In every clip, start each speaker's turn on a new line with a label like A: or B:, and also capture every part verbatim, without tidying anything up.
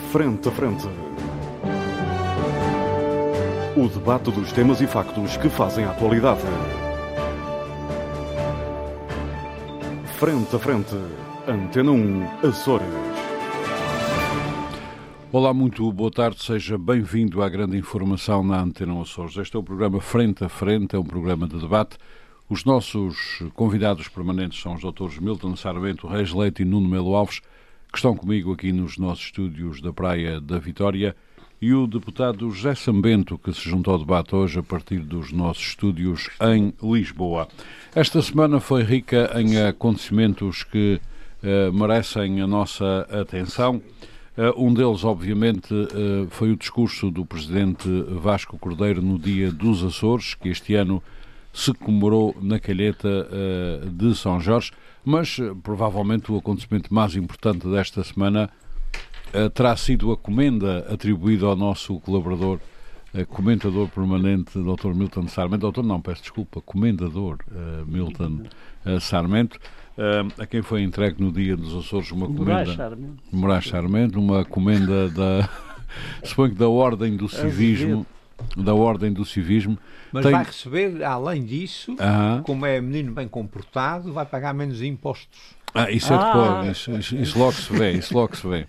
A: Frente a Frente. O debate dos temas e factos que fazem a atualidade. Frente a Frente. Antena um, Açores.
B: Olá, muito boa tarde, seja bem-vindo à grande informação na Antena um Açores. Este é o programa Frente a Frente, é um programa de debate. Os nossos convidados permanentes são os doutores Milton Sarmento, Reis Leite e Nuno Melo Alves, que estão comigo aqui nos nossos estúdios da Praia da Vitória, e o deputado José Sambento, que se juntou ao debate hoje a partir dos nossos estúdios em Lisboa. Esta semana foi rica em acontecimentos que uh, merecem a nossa atenção. Uh, um deles, obviamente, uh, foi o discurso do presidente Vasco Cordeiro no Dia dos Açores, que este ano se comemorou na Calheta uh, de São Jorge, mas uh, provavelmente o acontecimento mais importante desta semana uh, terá sido a comenda atribuída ao nosso colaborador, uh, comentador permanente, doutor Milton Sarmento. Doutor, não, peço desculpa, comendador uh, Milton uh, Sarmento, uh, a quem foi entregue no Dia dos Açores uma comenda...
C: Moraes Sarmento.
B: Moraes Sarmento, uma comenda da... suponho que da Ordem do Civismo... da Ordem do Civismo.
D: Mas
B: Tem...
D: vai receber, além disso,
B: uh-huh.
D: como é menino bem comportado, vai pagar menos impostos.
B: Ah, isso é
C: Ah.
B: depois, isso, isso, isso logo se vê, isso logo se vê.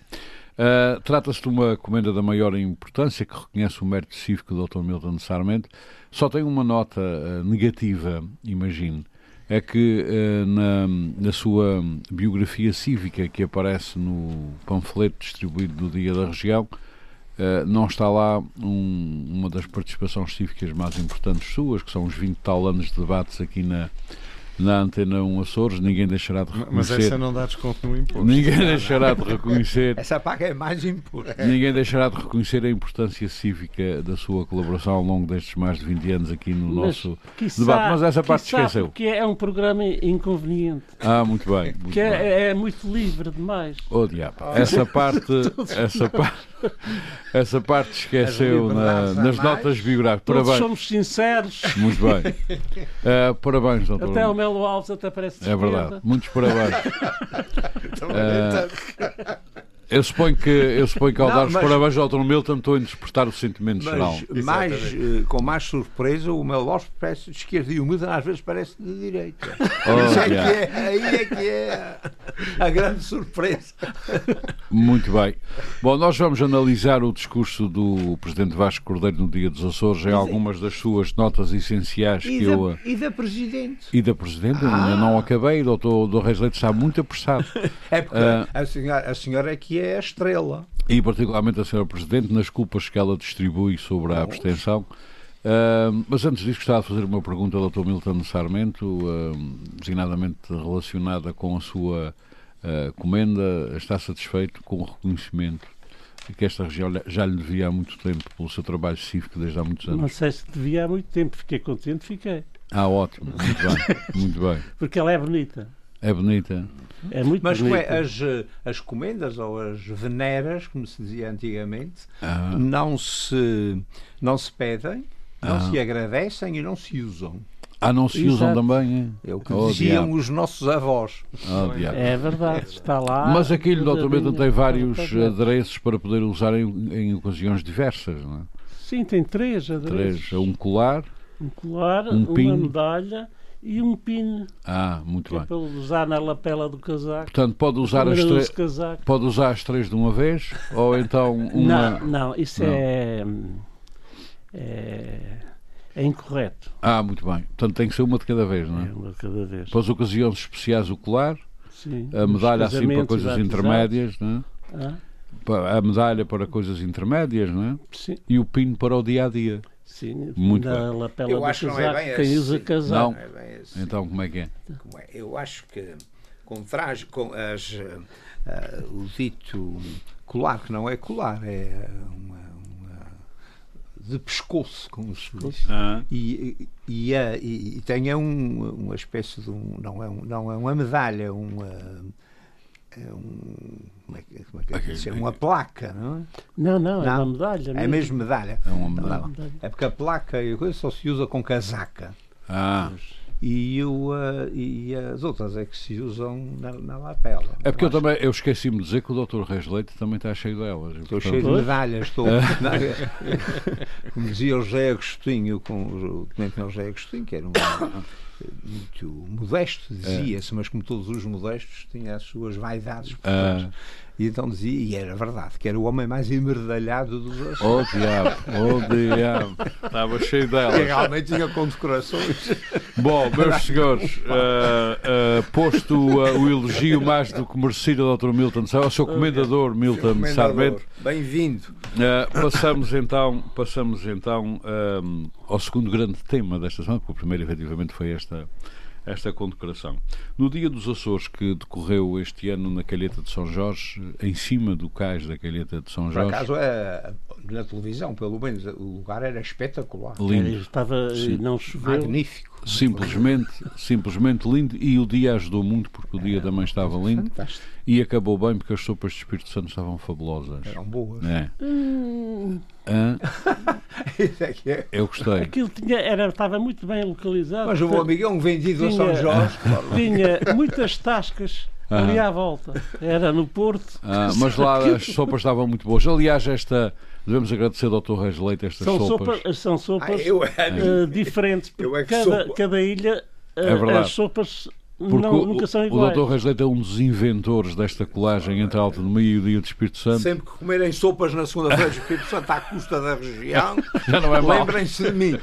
B: Uh, trata-se de uma comenda da maior importância, que reconhece o mérito cívico do doutor Milton Sarmento. Só tem uma nota uh, negativa, imagino, é que uh, na, na sua biografia cívica, que aparece no panfleto distribuído no Dia da Região, Uh, não está lá um, uma das participações cívicas mais importantes suas, que são os vinte tal anos de debates aqui na, na Antena um Açores. Ninguém deixará de reconhecer...
E: Mas essa não dá desconto no imposto.
B: Ninguém deixará de reconhecer...
D: Essa paga é mais imposto.
B: Ninguém deixará de reconhecer a importância cívica da sua colaboração ao longo destes mais de vinte anos aqui no
C: Mas,
B: nosso
C: quiçá,
B: debate. Mas essa parte
C: quiçá,
B: esqueceu.
C: Porque é um programa inconveniente.
B: Ah, muito bem. Muito
C: Que
B: bem.
C: é, é muito livre demais.
B: Oh, diabo. Essa parte, essa parte, essa parte esqueceu na, nas notas biográficas.
C: Todos
B: Parabéns.
C: somos sinceros.
B: Muito bem. Uh, parabéns, doutor.
C: Até o Melo Alves até parece de
B: É
C: esquerda.
B: verdade. Muitos parabéns. Uh, eu suponho que, eu suponho que ao
D: Não,
B: dar os
D: mas-
B: parabéns ao doutor Milton estou a interpretar o sentimento geral.
D: Mas mais, eh, com mais surpresa, o meu Lopes parece de esquerda e o Milton às vezes parece de direita.
B: Oh,
D: Isso é
B: diabo.
D: que é, aí é que é a grande surpresa.
B: Muito bem. Bom, nós vamos analisar o discurso do presidente Vasco Cordeiro no Dia dos Açores em algumas das suas notas essenciais
D: E
B: que
D: da,
B: eu...
D: e da Presidente.
B: E da Presidente, ainda não acabei, o doutor, doutor Reis Leite está muito apressado.
D: É porque
B: Ah.
D: a, senhora, a senhora é que é a estrela.
B: E particularmente a senhora Presidente, nas culpas que ela distribui sobre a abstenção. Uh, mas antes disso gostava de fazer uma pergunta ao doutor Milton Sarmento, uh, designadamente relacionada com a sua uh, comenda. Está satisfeito com o reconhecimento que esta região já lhe devia há muito tempo pelo seu trabalho cívico desde há muitos
C: Não
B: anos?
C: sei se devia há muito tempo. Fiquei contente, fiquei.
B: Ah, ótimo, muito bem, muito bem.
C: Porque ela é bonita.
B: É bonita.
C: É muito
D: Mas como
C: bonita.
D: é, as, eh, as comendas ou as veneras, como se dizia antigamente,
B: Ah.
D: não, se, não se pedem, não
B: Ah.
D: se agradecem e não se usam.
B: Ah, não se usam
C: Exato.
B: também?
D: É o que
B: Oh,
D: diziam
B: diabo.
D: os nossos avós.
B: Oh, diabo.
C: É verdade, está lá.
B: Mas aquilo, doutor Milton, tem vários
C: Está bem.
B: adereços para poder usar em, em ocasiões diversas, não é?
C: Sim, tem três adereços.
B: Três. Um colar.
C: Um colar,
B: um
C: uma
B: pino.
C: medalha e um pino.
B: Ah, muito
C: Que é
B: bem.
C: para usar na lapela do casaco.
B: Portanto, pode usar,
C: Também
B: as
C: não
B: três,
C: uso casaco.
B: pode usar as três de uma vez, ou então uma...
C: Não, não, isso
B: Não.
C: É, é. É incorreto.
B: Ah, muito bem. Portanto, tem que ser uma de cada vez, não
C: É
B: é?
C: uma de cada vez.
B: Para as ocasiões especiais, o colar,
C: Sim.
B: a medalha
C: Os
B: assim para
C: casamentos
B: coisas
C: batizados.
B: intermédias, não é?
C: Ah,
B: Pa- A medalha para coisas intermédias, não é?
C: sim,
B: E o pino para o dia-a-dia.
C: sim.
B: Muito
C: na
B: bem.
C: lapela
D: Eu
C: do
D: acho que não é
C: casaco.
D: bem
C: Quem usa
D: assim.
C: casaco.
B: Não.
D: Não é bem assim.
B: Então, como é que é?
D: Como é? Eu acho que com, traje, com as, ah, o dito colar, que não é colar, é uma, uma de pescoço, como se diz.
B: Ah,
D: E, e, e, e, e tem um, uma espécie de um, não é, um, não é uma medalha, uma, é um, como é que, como é que é que se chama? Uma placa, não é?
C: Não, não, é
D: Não.
C: uma medalha.
D: É mesmo medalha.
B: é uma
D: Não,
B: medalha.
D: não. É porque a placa e a coisa só se usa com casaca.
B: Ah,
D: e, o, uh, e as outras é que se usam na, na lapela.
B: É porque eu
D: acho.
B: também, eu esqueci-me de dizer que o doutor Reis Leite também está cheio delas.
D: Estou
B: Portanto,
D: cheio de medalhas, estou. Como dizia o José Agostinho, com o tenente José Agostinho, que era um muito modesto, dizia-se, mas como todos os modestos, tinha as suas vaidades pessoais.
B: Ah.
D: E então dizia, e era verdade, que era o homem mais emerdalhado dos Açores.
B: Oh diabo, oh diabo, estava cheio
D: E
B: delas.
D: realmente tinha condecorações.
B: Bom, meus senhores, uh, uh, posto uh, o elogio mais do que merecido ao doutor Milton, ao seu comendador Milton Sarmento,
D: bem-vindo.
B: uh, passamos então, passamos então um, ao segundo grande tema desta semana, porque o primeiro efetivamente foi esta, esta condecoração. No Dia dos Açores, que decorreu este ano na Calheta de São Jorge, em cima do cais da Calheta de São
D: Por
B: Jorge.
D: acaso, é, na televisão, pelo menos, o lugar era espetacular.
B: Lindo.
C: Estava,
B: Sim.
C: não choveu.
D: Magnífico.
B: Simplesmente, simplesmente lindo, e o dia ajudou muito porque o dia também estava lindo
D: Fantástico.
B: e acabou bem porque as sopas de Espírito Santo estavam fabulosas.
D: Eram boas.
B: É.
C: Hum,
B: Hã?
D: Isso é que é.
B: Eu gostei.
C: aquilo tinha, era, estava muito bem localizado.
D: Mas o meu amigão vendido a São
C: Tinha-
D: Jorge.
C: Tinha muitas tascas ali à volta. Era no Porto.
B: Ah, mas lá as sopas estavam muito boas. Aliás, esta devemos agradecer ao doutor Reis Leite estas
C: São
B: sopas.
C: sopas, são sopas
D: Ah, eu-
C: eh, diferentes.
D: Eu é que
C: cada,
D: sou-
C: cada ilha, eh,
B: É verdade.
C: as sopas
B: Porque
C: não,
B: o,
C: nunca são
B: o
C: iguais.
B: doutor Reis Leite é um dos inventores desta colagem entre a autonomia e o Dia do Espírito Santo.
D: Sempre que comerem sopas na segunda-feira do Espírito Santo à custa da região,
B: Já não é mau.
D: lembrem-se de mim.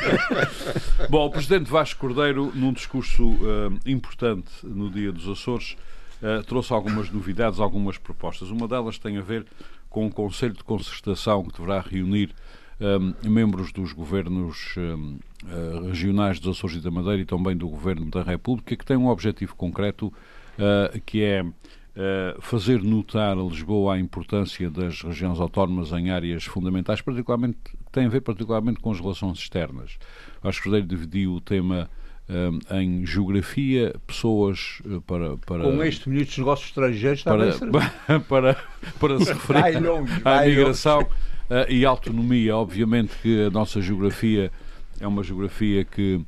B: Bom, o Presidente Vasco Cordeiro, num discurso eh, importante no Dia dos Açores, eh, trouxe algumas novidades, algumas propostas. Uma delas tem a ver com um Conselho de Concertação que deverá reunir eh, membros dos governos eh, eh, regionais dos Açores e da Madeira e também do Governo da República, que tem um objetivo concreto, eh, que é eh, fazer notar a Lisboa a importância das regiões autónomas em áreas fundamentais, particularmente, que têm a ver particularmente com as relações externas. Vasco Cordeiro dividiu o tema eh, em geografia, pessoas eh, para, para,
D: Com este minuto de negócios estrangeiros está
B: para,
D: bem servido.
B: para, para, para se referir
D: Vai longe,
B: à
D: vai
B: migração eh, e autonomia. Obviamente que a nossa geografia é uma geografia que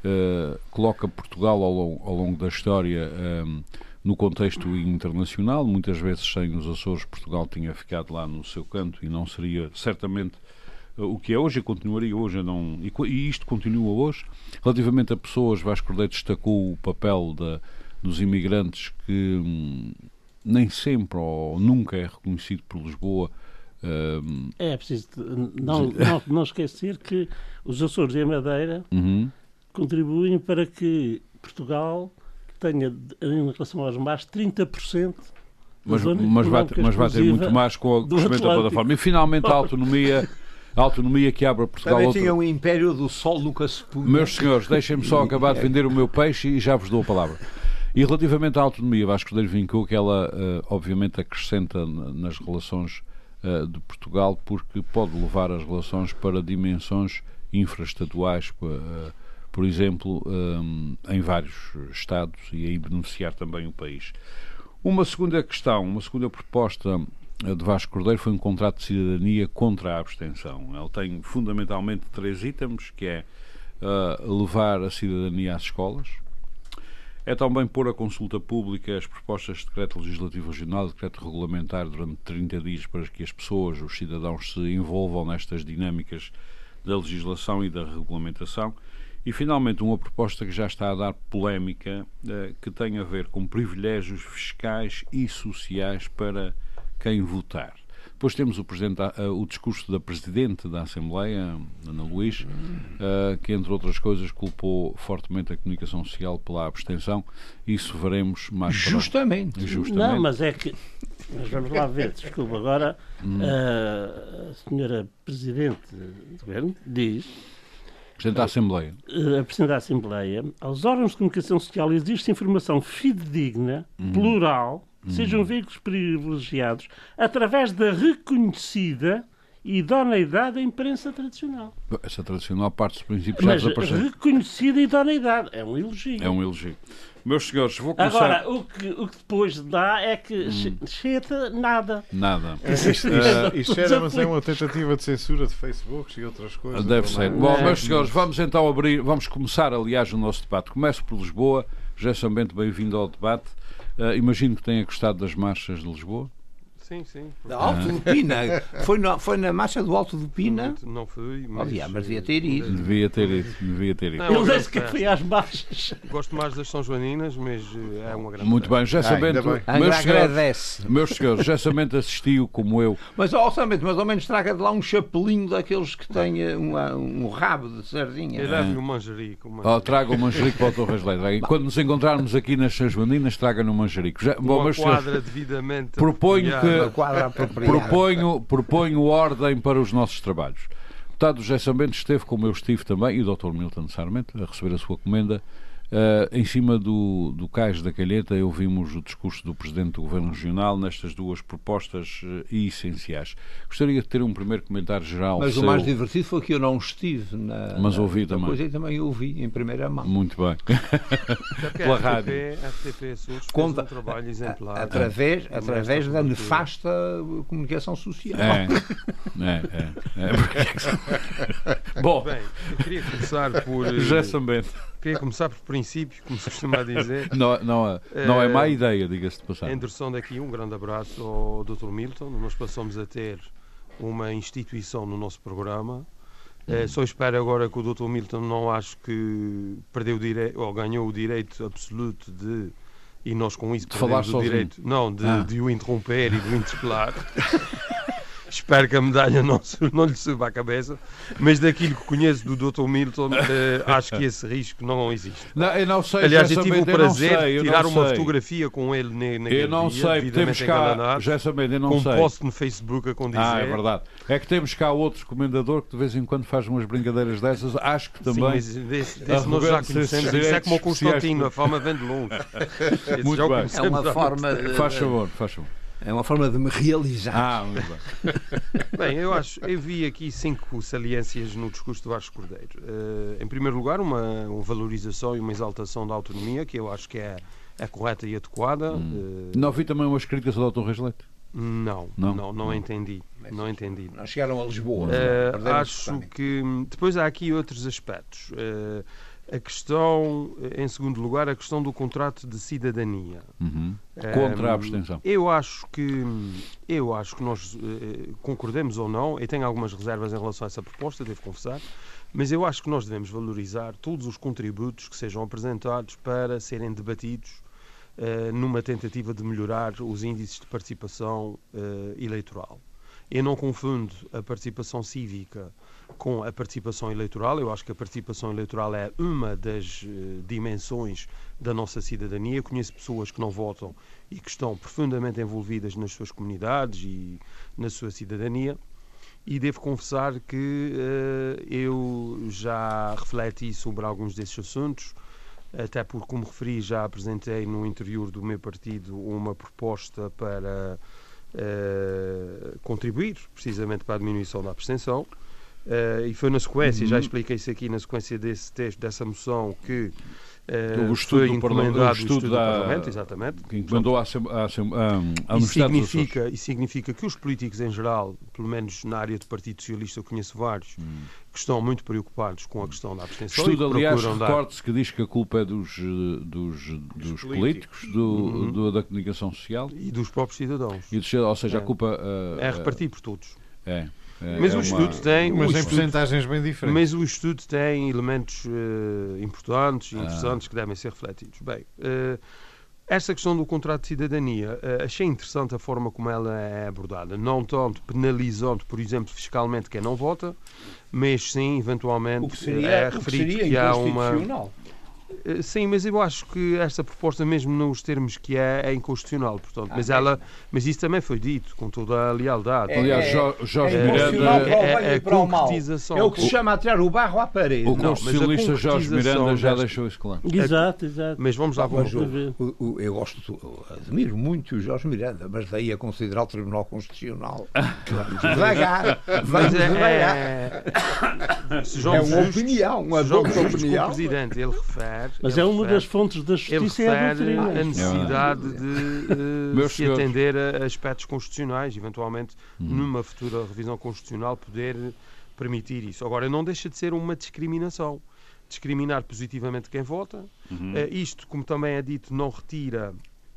B: eh, coloca Portugal ao longo, ao longo da história eh, no contexto internacional. Muitas vezes sem os Açores Portugal tinha ficado lá no seu canto e não seria certamente uh, o que é hoje e continuaria hoje a não, e, e isto continua hoje. Relativamente a pessoas, Vasco Cordeiro destacou o papel da, dos imigrantes que hum, nem sempre ou nunca é reconhecido por Lisboa. hum,
C: É preciso não, não, não esquecer que os Açores e a Madeira
B: uhum.
C: contribuem para que Portugal tenha, em relação aos mares, trinta por cento da
B: Mas,
C: zona
B: mas, vai,
C: económica
B: mas vai ter
C: exclusiva
B: muito mais com o
C: do
B: crescimento da
C: Atlântico.
B: plataforma. E finalmente a autonomia, a autonomia que abre a Portugal.
D: Também
B: outra-
D: tinha um império do sol nunca se punha.
B: Meus senhores, deixem-me só acabar de vender o meu peixe e já vos dou a palavra. E relativamente à autonomia, Vasco Cordeiro vincou que ela, uh, obviamente, acrescenta nas relações uh, de Portugal, porque pode levar as relações para dimensões infraestatuais, uh, por exemplo, um, em vários estados, e aí beneficiar também o país. Uma segunda questão, uma segunda proposta de Vasco Cordeiro foi um contrato de cidadania contra a abstenção. Ele tem fundamentalmente três itens, que é uh, levar a cidadania às escolas, é também pôr a consulta pública as propostas de decreto legislativo regional e decreto regulamentar durante trinta dias para que as pessoas, os cidadãos, se envolvam nestas dinâmicas da legislação e da regulamentação. E, finalmente, uma proposta que já está a dar polémica, eh, que tem a ver com privilégios fiscais e sociais para quem votar. Depois temos o, presidente, o discurso da Presidente da Assembleia, Ana Luís, uh, que, entre outras coisas, culpou fortemente a comunicação social pela abstenção. Isso veremos mais
D: Justamente.
B: para... Justamente.
C: Não, mas é que... Mas vamos lá ver, desculpa, agora hum. a, a senhora Presidente do Governo diz...
B: Presidente da Assembleia.
C: A Presidente da Assembleia, aos órgãos de comunicação social existe informação fidedigna, hum. plural, sejam veículos privilegiados, através da reconhecida idoneidade da imprensa tradicional.
B: Essa tradicional parte do princípio já
C: Mas
B: desapareceu.
C: reconhecida idoneidade. É um elogio.
B: É um elogio. Meus senhores, vou começar...
C: Agora, o que, o que depois dá é que hum. cheta nada.
B: Nada.
E: Isto, uh, isto era, mas é uma tentativa de censura de Facebook e outras coisas.
B: Deve ser. Bom, é. Meus senhores, vamos então abrir, vamos começar, aliás, o nosso debate. Começo por Lisboa. José Sambento, bem-vindo ao debate. Uh, imagino que tenha gostado das marchas de Lisboa.
F: Sim, sim.
D: Da Alto do Pina. Foi na, foi na marcha do Alto do Pina?
F: Não, não fui, mas...
D: Aliás, mas devia ter ido.
B: Devia ter ido. Devia ter ido.
C: Eu disse que fui às marchas.
F: Gosto mais das São Joaninas, mas é uma grande...
B: Muito bem. José Sambento,
D: ah,
B: meus
D: agradece.
B: Senhores, meus senhores, José Sambento assistiu, como eu.
D: Mas, ó, Sambento, mas ao menos traga de lá um chapelinho daqueles que têm uma, um rabo de sardinha.
F: Eu levo-lhe um manjerico. Um
B: oh, traga o manjerico para o Torres Leite. Quando nos encontrarmos aqui nas São Joaninas, traga-no um manjerico. Já,
F: uma
B: bom,
F: quadra
B: senhores,
F: devidamente...
B: Proponho que...
D: Uma quadra apropriada.
B: Proponho, proponho ordem para os nossos trabalhos. O deputado José Sambento esteve, como eu estive também, e o doutor Milton Sarmento, a receber a sua comenda. Uh, em cima do, do cais da Calheta, ouvimos o discurso do Presidente do Governo Regional nestas duas propostas uh, essenciais. Gostaria de ter um primeiro comentário geral.
D: Mas
B: seu...
D: o mais divertido foi que eu não estive na,
B: Mas ouvi
D: na
B: também.
D: coisa e também ouvi em primeira mão.
B: Muito bem.
F: Pela rádio. A F T P Açores fez um trabalho exemplar.
D: Através, é. através da nefasta comunicação social.
B: É, é, é. é. Bom,
F: bem, eu queria começar por...
B: José Sambento.
F: Queria começar por princípio, como se costuma dizer.
B: Não, não, é, não é má ideia, diga-se de passagem.
F: Endereçando aqui um grande abraço ao doutor Milton. Nós passamos a ter uma instituição no nosso programa. Hum. É, só espero agora que o doutor Milton não ache que perdeu o direito, ou ganhou o direito absoluto de, e nós com isso perdemos o direito, não, de, ah. de o interromper e de o interpelar. Espero que a medalha não, não lhe suba à cabeça, mas daquilo que conheço do doutor Milton, eh, acho que esse risco não existe.
B: Não, eu não sei,
F: aliás, eu tive o prazer
B: sei,
F: de tirar uma
B: sei.
F: fotografia com ele naquele
B: eu não
F: dia,
B: sei, temos cá, já sabendo, eu não
F: com
B: sei.
F: um post no Facebook a condizer.
B: Ah, é verdade. É que temos cá outro comendador que de vez em quando faz umas brincadeiras dessas, acho que também...
F: Sim, mas desse, desse nós já conhecemos, isso é como o Constantino, a fama vem de longe.
B: Muito bem.
D: É uma forma... De...
B: Faz favor, faz favor.
D: É uma forma de me realizar.
B: Ah, muito bem.
F: Bem, eu acho, eu vi aqui cinco saliências no discurso do Vasco Cordeiro. Uh, em primeiro lugar, uma, uma valorização e uma exaltação da autonomia, que eu acho que é, é correta e adequada.
B: Hum. Uh, não vi também umas críticas ao doutor Reis Leite?
F: Não, não, não, não entendi. Não entendi.
D: Não chegaram a Lisboa.
F: Uh, acho que depois há aqui outros aspectos. Uh, A questão, em segundo lugar, a questão do contrato de cidadania.
B: Uhum. Contra um, a abstenção.
F: Eu acho que, eu acho que nós uh, concordemos ou não, eu tenho algumas reservas em relação a essa proposta, devo confessar, mas eu acho que nós devemos valorizar todos os contributos que sejam apresentados para serem debatidos uh, numa tentativa de melhorar os índices de participação uh, eleitoral. Eu não confundo a participação cívica com a participação eleitoral. Eu acho que a participação eleitoral é uma das uh, dimensões da nossa cidadania. Eu conheço pessoas que não votam e que estão profundamente envolvidas nas suas comunidades e na sua cidadania. E devo confessar que uh, eu já refleti sobre alguns desses assuntos, até porque, como referi, já apresentei no interior do meu partido uma proposta para uh, contribuir precisamente para a diminuição da abstenção. Uh, e foi na sequência, uhum. já expliquei isso aqui, na sequência desse texto, dessa moção, que uh, foi encomendado o estudo do Parlamento, exatamente.
B: Que encomendou à Universidade
F: significa, e significa que os políticos em geral, pelo menos na área do Partido Socialista, eu conheço vários, hum. que estão muito preocupados com a questão da abstenção.
B: Estudo, aliás, recorde-se que diz que a culpa é dos, dos, dos políticos, do, uhum. do, da comunicação social.
F: E dos próprios cidadãos.
B: E dos, ou seja,
F: é.
B: a culpa... Uh,
F: é repartir por todos.
B: É. É,
F: mas
B: é
F: o estudo
B: uma...
F: tem...
E: Mas
F: em
E: porcentagens bem diferentes.
F: Mas o estudo tem elementos uh, importantes e interessantes ah. que devem ser refletidos. Bem, uh, esta questão do contrato de cidadania, uh, achei interessante a forma como ela é abordada. Não tanto penalizando, por exemplo, fiscalmente quem não vota, mas sim, eventualmente,
D: o que seria,
F: é
D: o que
F: referido
D: seria
F: que há uma... Sim, mas eu acho que esta proposta, mesmo nos termos que é, é inconstitucional, portanto, mas, ela, mas isso também foi dito, com toda a lealdade.
D: É,
B: Aliás,
D: é,
B: Jo- Jorge
D: é
B: Miranda...
D: inconstitucional para o
F: é-
D: bem
F: é
D: e para o mal.
F: concretização.
D: É o que se chama atirar o barro à parede.
B: O
F: Não, mas a
B: constitucionalista Jorge
F: concretização
B: Miranda já
F: desta-
B: deixou isso claro.
C: Exato, exato.
F: Mas vamos lá,
D: Mas
F: vamos
C: ver.
D: o- o- eu gosto, eu admiro muito o Jorge Miranda, mas daí a considerar o Tribunal Constitucional. Vamos devagar, vamos
F: Mas
D: devagar.
F: é, é, sejamos
D: É uma
F: justos,
D: opinião, uma
F: sejamos
D: dupla
F: justos com o
D: opinião.
F: Presidente, ele refere...
C: Mas
F: ele
C: é uma
F: refere-
C: das fontes da
F: Ele
C: justiça é a
F: refere
C: doutrina.
F: a necessidade de eh,
B: Meus
F: se
B: senhores.
F: atender a aspectos constitucionais, eventualmente
B: Hum.
F: numa futura revisão constitucional poder permitir isso. Agora, não deixa de ser uma discriminação. Discriminar positivamente quem vota.
B: Uhum.
F: Eh, isto, como também é dito, não retira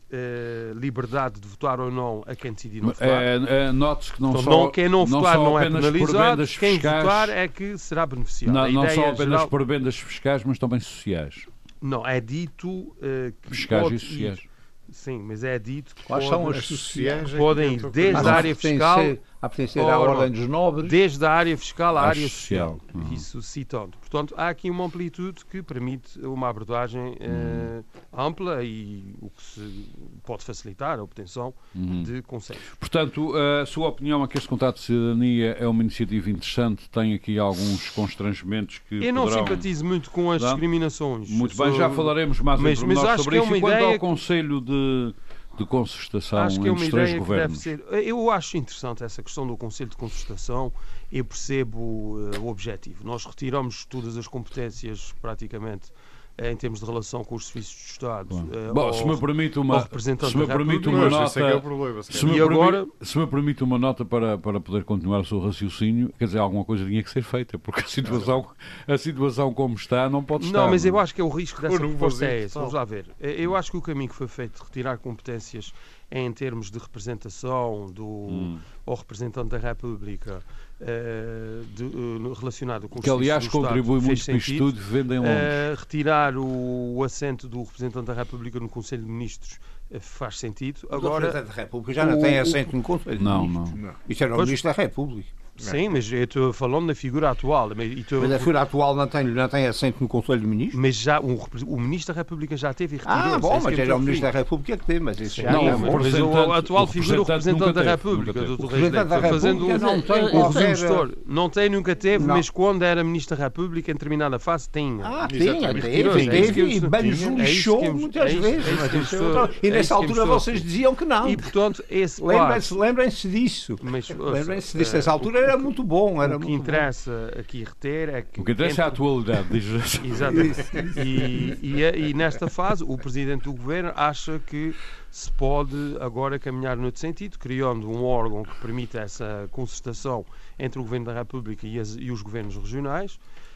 F: eh, liberdade de votar ou não a quem decidir não votar.
B: É, é, note-se que não
F: Então,
B: só,
F: não, quem não votar
B: só
F: não é
B: apenas por
F: penalizado,
B: vendas
F: quem
B: fiscais,
F: votar é que será beneficiado.
B: não,
F: A
B: não
F: ideia
B: só apenas
F: geral-
B: por vendas fiscais, mas também sociais.
F: Não, é dito eh, que
B: Fiscais
F: pode
B: e sociais.
F: ir- Sim, mas é dito que
D: Quais
F: pode-
D: são as
E: As
D: sociais?
E: sociais é que
F: podem ir
E: tentam
F: desde
D: Mas
F: a
E: criar-
F: área
D: a
F: fiscal,
D: pertencer, a pertencer à
F: Ora,
D: Ordem dos Nobres.
F: desde a área fiscal à
B: À
F: área
B: social.
F: social.
B: Uhum.
F: Isso citando. Portanto, há aqui uma amplitude que permite uma abordagem eh, ampla e o que se pode facilitar a obtenção
B: Uhum.
F: de consenso.
B: Portanto, a sua opinião é que este contrato de cidadania é uma iniciativa interessante, tem aqui alguns constrangimentos que
F: Eu não
B: poderão...
F: simpatizo muito com as
B: Não?
F: discriminações.
B: Muito
F: Sou-
B: bem, já falaremos mais
F: Mas-
B: em
F: mas
B: pormenor
F: acho
B: sobre
F: que é
B: isso.
F: uma
B: E quanto
F: ideia
B: ao
F: que-
B: Conselho de, de Concertação
F: Acho que é
B: entre
F: uma
B: os três
F: ideia que deve
B: governos?
F: ser. Eu acho interessante essa questão do Conselho de Concertação. Eu percebo eh, o objetivo. Nós retiramos todas as competências, praticamente, eh, em termos de relação com os serviços de Estado. eh,
B: Bom,
F: ao-
B: se me permite
F: ao
B: uma,
F: representante
B: se me
F: da
B: permite
F: República.
B: uma
E: Pois, esse é que é o
B: nota...
E: problema, se
B: Se
E: calhar.
B: me,
F: E
B: permi-
F: agora-
B: se me permite uma nota para, para poder continuar o seu raciocínio, quer dizer, alguma coisa tinha que ser feita, porque a situação, a situação como está não pode estar.
F: Não, mas eu
B: não é?
F: acho que é o risco dessa
E: Ou num
F: proposta
E: vazio
F: é esse.
E: total.
F: Vamos lá ver. Eu acho que o caminho que foi feito de retirar competências em termos de representação do,
B: Hum.
F: ao representante da República eh, de, eh, relacionado com os
B: Que aliás
F: serviços do Estado
B: contribui
F: fez
B: muito para isto
F: sentido.
B: tudo, vendem longe.
F: Eh, retirar o, o assento do representante da República no Conselho de Ministros eh, faz sentido.
D: O
F: Agora,
D: Presidente da República já não tem
F: o-
D: assento no Conselho de
B: Não,
D: Ministros.
B: não.
D: Isso era o
F: Pois-
D: Ministro da República.
F: sim, mas eu estou falando na figura atual. Mas, e estou-
D: Mas a figura atual não tem, não tem assento no Conselho de Ministros?
F: mas já o, repre- o Ministro da República já teve e retirou-se.
D: Ah,
F: é
D: bom,
F: isso
D: mas
F: que eu
D: era o
F: estou a
D: Ministro da
F: referir.
D: República que tem, mas isso
F: Sim,
D: já
B: Não,
D: é
B: o
F: mas, mas
B: representante-
F: o atual
B: o
F: figura, o
B: representante
F: representante
B: nunca
F: da
B: teve,
F: República,
B: nunca teve.
F: doutor
D: O representante da
F: Reis Leite, fazendo
D: República
F: um-
D: não tem
F: o
D: qualquer...
F: representador. Não tem, nunca teve,
D: Não.
F: mas quando era Ministro da República, em determinada fase, tinha.
D: Ah, tinha,
E: Exatamente.
D: teve,
F: Retirou-se, é isso que eu
D: teve, e
F: estou-
D: bem
F: é isso que
D: lixou
F: eu-
D: muitas
F: é isso- é
D: vezes.
F: isso
D: mas
F: que eu
D: isso é
F: estou-
D: outra- E
F: é
D: nessa
F: isso que eu
D: altura
F: estou a
D: vocês
F: referir.
D: diziam que não.
F: E, portanto, esse
D: Lembrem-se
F: quadro-
D: lembrem-se disso.
F: mas, ouça,
D: Lembrem-se disso.
F: eh,
D: Nessa altura era muito bom. Era
F: o que
D: muito bom.
F: interessa aqui reter é que...
B: O que interessa é a
F: entre-
B: atualidade, diz assim.
F: Exatamente. E, e, e nesta fase, o Presidente do Governo acha que se pode agora caminhar noutro sentido, criando um órgão que permita essa concertação entre o Governo da República e, as- e os governos regionais.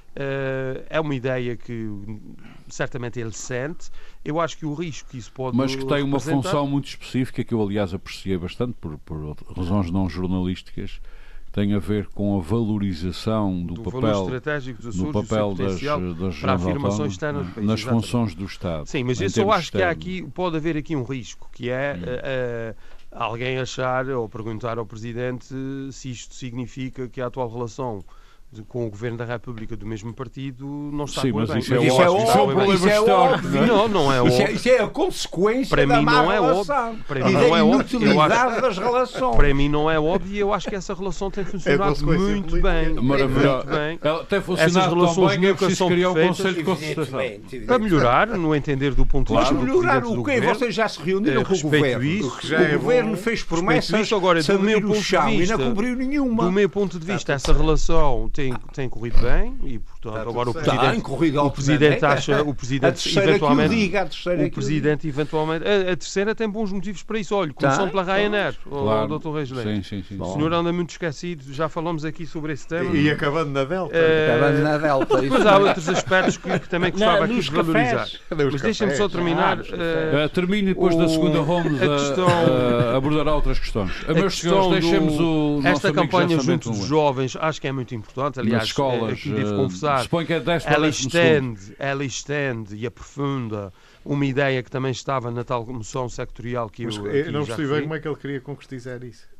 F: Eh, é uma ideia que certamente ele sente. Eu acho que o risco que isso pode
B: Mas que tem uma
F: representar-
B: função muito específica que eu, aliás, apreciei bastante por, por razões não jornalísticas, que tem a ver com a valorização do,
F: do valor
B: papel,
F: estratégico dos
B: do
F: Açores,
B: papel
F: o seu
B: das,
F: potencial
B: das
F: para a
B: regiões
F: afirmação
B: autónomas,
F: externa do
B: não é?
F: país,
B: nas
F: exatamente.
B: funções do Estado.
F: Sim, mas
B: em
F: eu só
B: termos
F: acho que há
B: externos.
F: aqui, pode haver aqui um risco, que é
B: Hum.
F: eh, eh, alguém achar ou perguntar ao Presidente se isto significa que a atual relação de- com o Governo da República do mesmo partido não está
B: Sim,
F: a correr
B: mas
F: bem.
B: isso é
D: Mas isso é
B: óbvio, isso é um
D: óbvio,
B: problema
D: isso é
B: histórico.
D: óbvio.
F: Não, não é
D: Isso é,
F: óbvio.
D: isso é a consequência
F: Para
D: da
F: mim
D: má
F: não é
D: relação.
F: óbvio. Para
D: E
F: mim
D: da
F: não é óbvio. Eu
D: inutilidade das relações.
F: Para mim não é óbvio e eu acho que essa relação tem funcionado
E: consequência
F: muito
E: política.
F: bem.
B: Maravilhoso.
F: Muito bem.
B: Ela tem
F: Essas
B: funcionado tão
F: relações
B: bem que é
F: nunca
B: preciso
F: são
B: criar um
F: perfeitas.
B: Conselho de Concertação.
D: Evidentemente,
F: Para melhorar, no entender do ponto de
D: Mas
F: vista do
D: melhorar
F: Presidente do
D: o quê?
F: Governo.
D: Vocês já se reuniram
F: Eh,
D: com o
F: respeito
D: Governo.
F: isso.
E: O que já é
D: O Governo
E: bom.
D: fez
F: Respeito
D: promessas
F: isso. Agora,
D: de
F: do meu
D: abrir o
F: ponto de
D: chão e
F: vista-
D: não cumpriu nenhuma.
F: Do meu ponto de vista, essa relação tem, tem corrido bem e, portanto,
E: Está
F: agora o
E: tudo certo.
F: Presidente,
D: Tem corrido
F: o Presidente
D: altamente.
F: acha, o
D: A
F: Presidente
D: terceira que o
F: eventualmente,
D: diga, a terceira
F: o
D: que o
F: Presidente eventualmente, a, a terceira tem bons motivos para isso. Olha, começando
D: Tem,
F: pela Ryanair, o
B: Claro.
F: doutor Reis Leite.
B: Sim, sim, sim.
F: O senhor anda muito esquecido, já falamos aqui sobre esse tema.
E: E acabando na Delta.
F: Eh,
D: Acabando na Delta. isso
F: Depois há
D: mesmo.
F: outros aspectos que, que também gostava
C: Não,
F: aqui
C: nos
F: de valorizar.
C: cafés.
E: Cadê os
F: Mas deixem-me só
E: cafés?
F: terminar.
C: Ah, nos
F: eh,
B: Uh, termine depois da
F: o-
B: segunda Holmes
F: a
B: a,
F: questão-
B: a- abordará outras questões. A
F: a
B: meus
F: questão
B: senhores, deixemos
F: do-
B: o nosso
F: esta
B: amigo
F: campanha
B: José
F: junto
B: Samento
F: dos
B: um.
F: jovens acho que é muito importante. Aliás,
B: nas escolas,
F: eh, aqui devo
B: uh,
F: confessar,
B: suponho que é dez para
F: ela
B: décimo segundo.
F: estende, ela estende e aprofunda uma ideia que também estava na tal moção sectorial que eu,
E: Mas
F: aqui
E: eu não
F: já
E: percebi bem
F: referi.
E: como é que ele queria concretizar isso.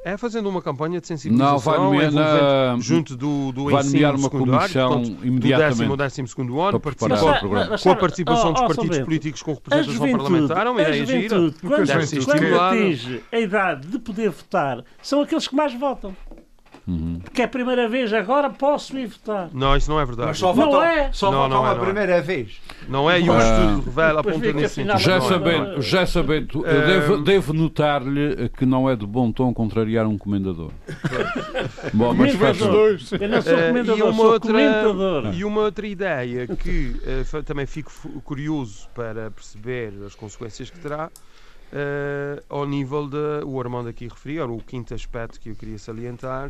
F: É fazendo uma campanha de sensibilização,
B: não, vai nomear,
F: na, junto do, do
B: vai
F: ensino
B: nomear uma
F: secundário,
B: comissão
F: portanto,
B: imediatamente
F: do décimo ao décimo segundo ano,
B: preparar
F: participa,
B: o programa.
C: mas
F: com a
C: sabe,
F: participação
C: oh,
F: dos
C: oh,
F: partidos
C: São Bento,
F: políticos com
C: a
F: representação
C: juventude,
F: parlamentar, uma
C: a
F: ideia gira,
C: juventude, quando,
F: deve ser
C: quando
F: estimulada.
C: atinge a idade de poder votar, são aqueles que mais votam.
B: Uhum.
C: Porque é a primeira vez, agora posso ir votar.
F: Não, isso não é verdade.
D: Mas só
C: Não
D: votam,
C: é.
D: só
F: Não,
D: votam
F: não é,
D: a
F: não é.
D: primeira vez.
F: Não é, e o
B: Ah.
F: estudo revela,
C: Depois
F: aponta
C: vê que
F: nesse
C: afinal
F: sentido.
B: Já
C: não é.
B: sabendo, já sabendo
F: É.
B: devo, devo notar-lhe que não é de bom tom contrariar um comendador. Bom, mas faz
C: Comendador.
E: dois.
C: Eu não sou
F: Eh,
C: comendador,
F: e uma
C: sou
F: outra-
C: comentador.
F: E uma outra ideia que eh, fa- também fico fu- curioso para perceber as consequências que terá eh, ao nível de, o Armando aqui referiu, o quinto aspecto que eu queria salientar,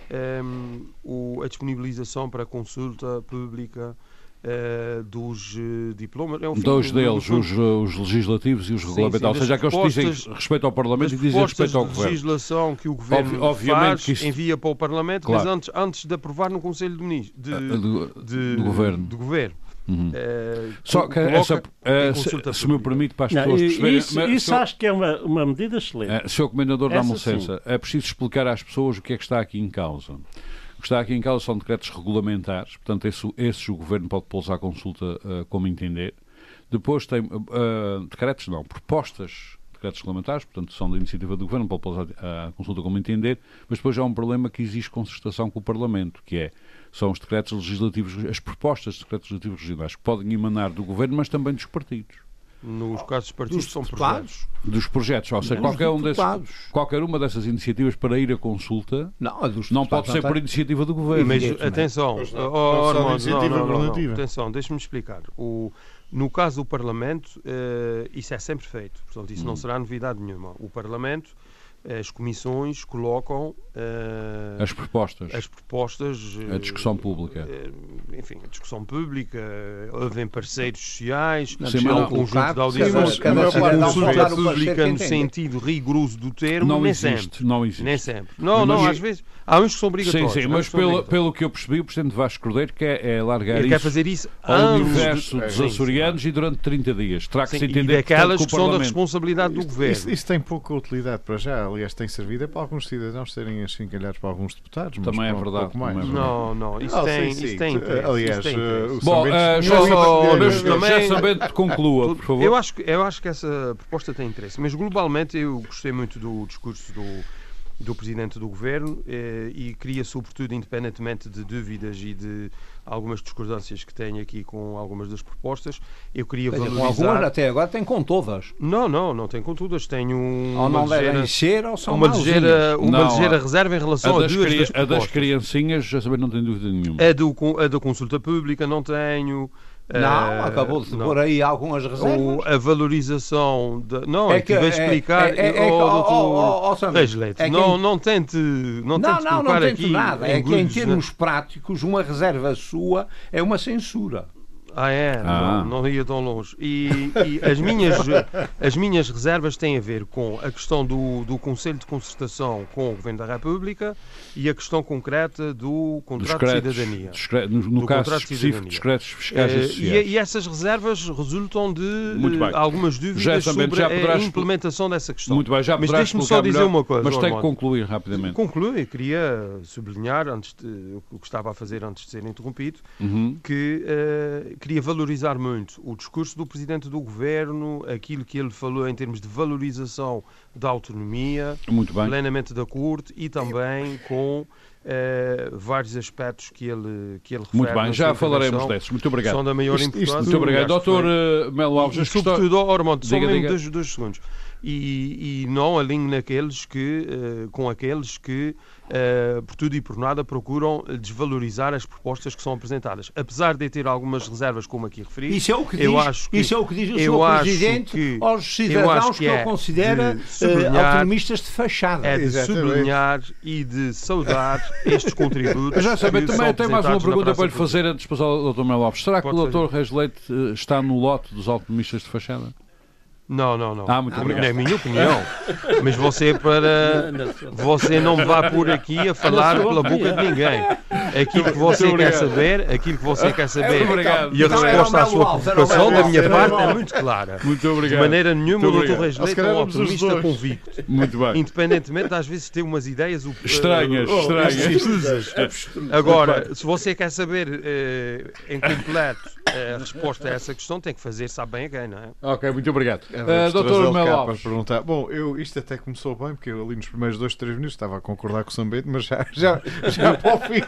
F: ehm, o, a disponibilização para consulta pública eh, dos eh, diplomas. É um fim,
B: dois
F: no- no
B: deles,
F: fundo,
B: os, os legislativos e os
F: Sim,
B: regulamentares,
F: sim,
B: ou seja,
F: das
B: aqueles que dizem
F: propostas-
B: respeito ao Parlamento
F: das
B: e dizem
F: propostas
B: respeito ao
F: de
B: Governo.
F: legislação que o Governo
B: Obvi- obviamente
F: faz,
B: que isto-
F: envia para o Parlamento,
B: Claro.
F: mas antes, antes de aprovar no Conselho de Ministros. De,
B: Ah, do,
F: de-
B: do Governo.
F: do Governo.
B: Uhum.
F: Eh,
B: Só que
F: coloca
B: essa, eh,
F: em
B: se,
F: consulta
B: se me
F: pública.
B: permite, para as
C: Não,
B: pessoas
C: e-
B: perceberem.
C: isso
B: mas,
C: isso
B: senhor-
C: acho que é uma, uma medida excelente.
B: Eh, senhor Comendador, dá-me
C: Essa sim.
B: licença. É preciso explicar às pessoas o que é que está aqui em causa. O que está aqui em causa são decretos regulamentares, portanto, esse, esses o Governo pode pô-los à consulta eh, como entender. Depois tem eh, decretos, não, propostas, decretos regulamentares, portanto, são da iniciativa do Governo, pode pô-los à, à consulta como entender, mas depois há um problema que exige concertação com o Parlamento, que é, são os decretos legislativos, as propostas de decretos legislativos regionais, que podem emanar do Governo, mas também dos partidos.
F: Nos casos dos partidos
D: Dos
F: são
D: deputados.
F: projetos.
B: Dos projetos, ou seja,
D: Dos
B: qualquer, um desses,
D: deputados.
B: qualquer uma dessas iniciativas para ir à consulta
D: Não, a dos
B: não pode
D: deputados
B: ser
D: não
B: por
D: tem.
B: iniciativa do Governo.
F: Mas
D: Evidentemente.
F: atenção,
E: Pois não.
F: oh,
E: Não só
F: Armando, não,
E: iniciativa
F: não, não, não.
E: governativa.
F: Atenção, deixa-me explicar. O, no caso do Parlamento, eh, isso é sempre feito. Portanto, isso não será novidade nenhuma. O Parlamento, as comissões colocam eh,
B: As propostas,
F: as propostas,
B: a discussão pública.
F: eh, enfim, a discussão pública, havem parceiros sociais,
D: Não,
B: Sim,
F: há
B: mas
F: um
B: não-
F: conjunto
D: Claro,
F: de audições,
E: sim, mas
F: a
E: cada parte não
F: consulta
E: pode dar
D: o
F: pública
D: parecer
F: no
D: que entende.
F: sentido rigoroso do termo,
B: Não
F: nem
B: existe,
F: sempre.
B: não existe.
F: Nem sempre. Não, não,
B: Mas-
F: às vezes há uns que são
B: Sim,
F: obrigatórios.
B: sim,
F: há uns
B: mas
F: que são
B: pelo,
F: obrigatórios.
B: pelo que eu percebi, o Presidente Vasco Cordeiro quer é largar
F: Ele
B: isso
F: quer fazer isso
B: ao
F: antes
B: universo
F: de-
B: dos
F: Sim,
B: açorianos e durante trinta dias. Terá que
F: sim,
B: se
F: e
B: entender
F: daquelas
B: portanto,
F: que
B: com o
F: são da
B: Parlamento.
F: responsabilidade do
E: Isso,
F: Governo.
E: isso- isso tem pouca utilidade para já. Aliás, tem servido é para alguns cidadãos serem achincalhados para alguns deputados. Mas
B: Também é
E: pronto,
B: verdade,
E: pouco mais.
B: também é verdade.
F: Não, não, isso
E: Ah,
F: tem,
E: sim, sim.
F: isso tem interesse,
E: Aliás,
F: isso tem
E: eh,
F: interesse.
E: o
B: Bom,
E: São Bento-
B: uh,
E: Não,
B: já
E: não,
B: só,
E: não,
B: mas
E: não,
B: já
F: também-
B: sabendo, conclua, por favor.
F: Eu acho, que- eu acho que essa proposta tem interesse, mas globalmente eu gostei muito do discurso do, do Presidente do Governo eh, e queria, sobretudo, independentemente de dúvidas e de algumas discordâncias que tenho aqui com algumas das propostas, eu queria
D: Quer dizer, com
F: valorizar...
D: algumas até agora tem com todas.
F: Não, não, não tenho com todas. Tenho um,
D: Ou não
F: uma
D: devem
F: ligeira,
D: ser ou são
F: uma
D: mauzinhas.
F: ligeira, uma
B: Não,
F: ligeira
B: a-
F: reserva em relação
B: A
F: a,
B: das,
F: duas
B: cri-
F: das
B: a das
F: propostas.
B: criancinhas, já sabendo, não tenho dúvida nenhuma.
F: A, do, con- a da consulta pública não tenho.
D: Não,
F: eh,
D: acabou de
F: não.
D: pôr aí algumas reservas.
F: O- a valorização da. Não, é, que,
D: que-
F: vai
D: é-
F: explicar.
D: é- é- é que-
F: oh,
D: oh,
F: doutor
D: oh, oh, oh, Sandro,
F: Reis Leite,
D: é que
F: não,
D: em-
F: não tente. Não,
D: Não,
F: tente
D: não, não
F: colocar
D: tento
F: aqui
D: nada. É que em
F: engulhos,
D: termos práticos, uma reserva sua é uma censura.
F: Ah, é?
B: Ah.
F: Não, não ia tão longe. E, e as, minhas, as minhas reservas têm a ver com a questão do, do Conselho de Concertação com o Governo da República e a questão concreta do
B: Dos
F: contrato
B: créditos,
F: de cidadania.
B: dos cre- no, no
F: Do
B: caso
F: contrato de
B: específico
F: cidadania.
B: dos créditos fiscais
F: Eh,
B: e
F: e,
B: sociais.
F: e essas reservas resultam de
B: Muito bem.
F: eh, algumas dúvidas
B: Já também-
F: sobre
B: já
F: a
B: poderás-
F: implementação dessa questão.
B: Muito bem, já
F: Mas
B: poderás
F: deixe-me só
B: explicar
F: dizer
B: melhor,
F: uma coisa,
B: mas tenho que
F: Armando.
B: concluir rapidamente.
F: Concluo e queria sublinhar antes de, o que estava a fazer antes de ser interrompido,
B: Uhum.
F: que eh, queria valorizar muito o discurso do Presidente do Governo, aquilo que ele falou em termos de valorização da autonomia,
B: Muito bem.
F: plenamente da Corte e também com eh, vários aspectos que ele, que ele refere.
B: Muito bem,
F: na
B: já
F: sua
B: falaremos
F: intervenção,
B: desses. Muito obrigado.
F: São da maior
E: Isto- isto-
F: importância.
B: Muito obrigado.
F: e acho que
B: Doutor
F: foi-
B: eh, Melo Alves,
F: e,
B: as questões-
F: sobretudo, oh, Armando, só
B: Diga,
F: mesmo
B: diga.
F: dois, dois segundos. E, e não alinho naqueles que, eh, com aqueles que, eh, por tudo e por nada, procuram desvalorizar as propostas que são apresentadas. Apesar de ter algumas reservas, como aqui referi,
D: Isso é o que diz,
F: eu acho que-
D: isso é o, que diz o
F: eu
D: senhor
F: acho
D: Presidente
F: que-
D: aos
F: eu
D: cidadãos
F: acho
D: que,
F: que
D: ele
F: é
D: considera
F: de
D: eh,
F: sublinhar-
D: autonomistas de fachada.
F: é de
E: Exatamente.
F: sublinhar e de saudar estes contributos.
B: Mas já sabem,
F: que
B: também
F: são
B: tem mais uma
F: apresentados na
B: pergunta para lhe
F: praça
B: fazer antes de passar ao doutor Melo Alves. Será que
F: Pode
B: o doutor
F: fazer.
B: Reis Leite eh, está no lote dos autonomistas de fachada?
F: Não, não, não.
B: Ah, muito
F: Na
B: obrigado.
F: minha opinião. Mas você, para.
C: Na- na sua-
F: Você não me vá por aqui a falar
C: sua
F: pela boca
C: opinião.
F: de ninguém. aquilo que você quer saber, aquilo que você quer saber
B: Obrigado.
F: e a
D: Então,
F: resposta
D: era
F: à
D: o
F: sua
D: Melo Alves, era o
F: preocupação
D: Melo
F: da minha
D: Alves, era o
F: parte é
D: Melo
F: muito clara.
B: Muito obrigado.
F: De maneira nenhuma,
B: Muito
F: o doutor
B: obrigado.
F: Reis
E: Se
F: Leite é
E: calhar
F: um
E: éramos os
F: autonomista
E: dois.
F: convicto.
B: Muito bem.
F: Independentemente de às vezes ter umas ideias uh,
B: Estranhas,
F: uh,
B: estranhas.
F: Agora, se você quer saber uh, em completo uh, a resposta a essa questão, tem que fazer, sabe bem a quem, não é?
B: Ok, muito obrigado.
E: É,
B: Uh,
E: vamos
B: doutor
E: trazê-lo
B: Melo
E: cá
B: Alves.
E: para perguntar. Bom, eu, isto até começou bem, porque eu ali nos primeiros dois, três minutos estava a concordar com o Sambento, mas já, já, já para o fim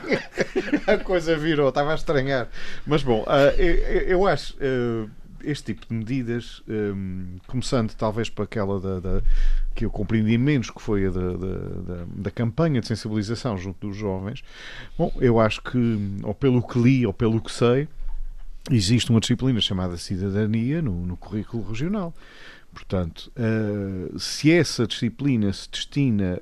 E: a coisa virou, estava a estranhar. Mas bom, uh, eu, eu acho uh, este tipo de medidas, um, começando talvez para aquela da, da, que eu compreendi menos, que foi a da, da, da, da campanha de sensibilização junto dos jovens. Bom, eu acho que, ou pelo que li, ou pelo que sei, existe uma disciplina chamada cidadania no, no currículo regional. Portanto, uh, se essa disciplina se destina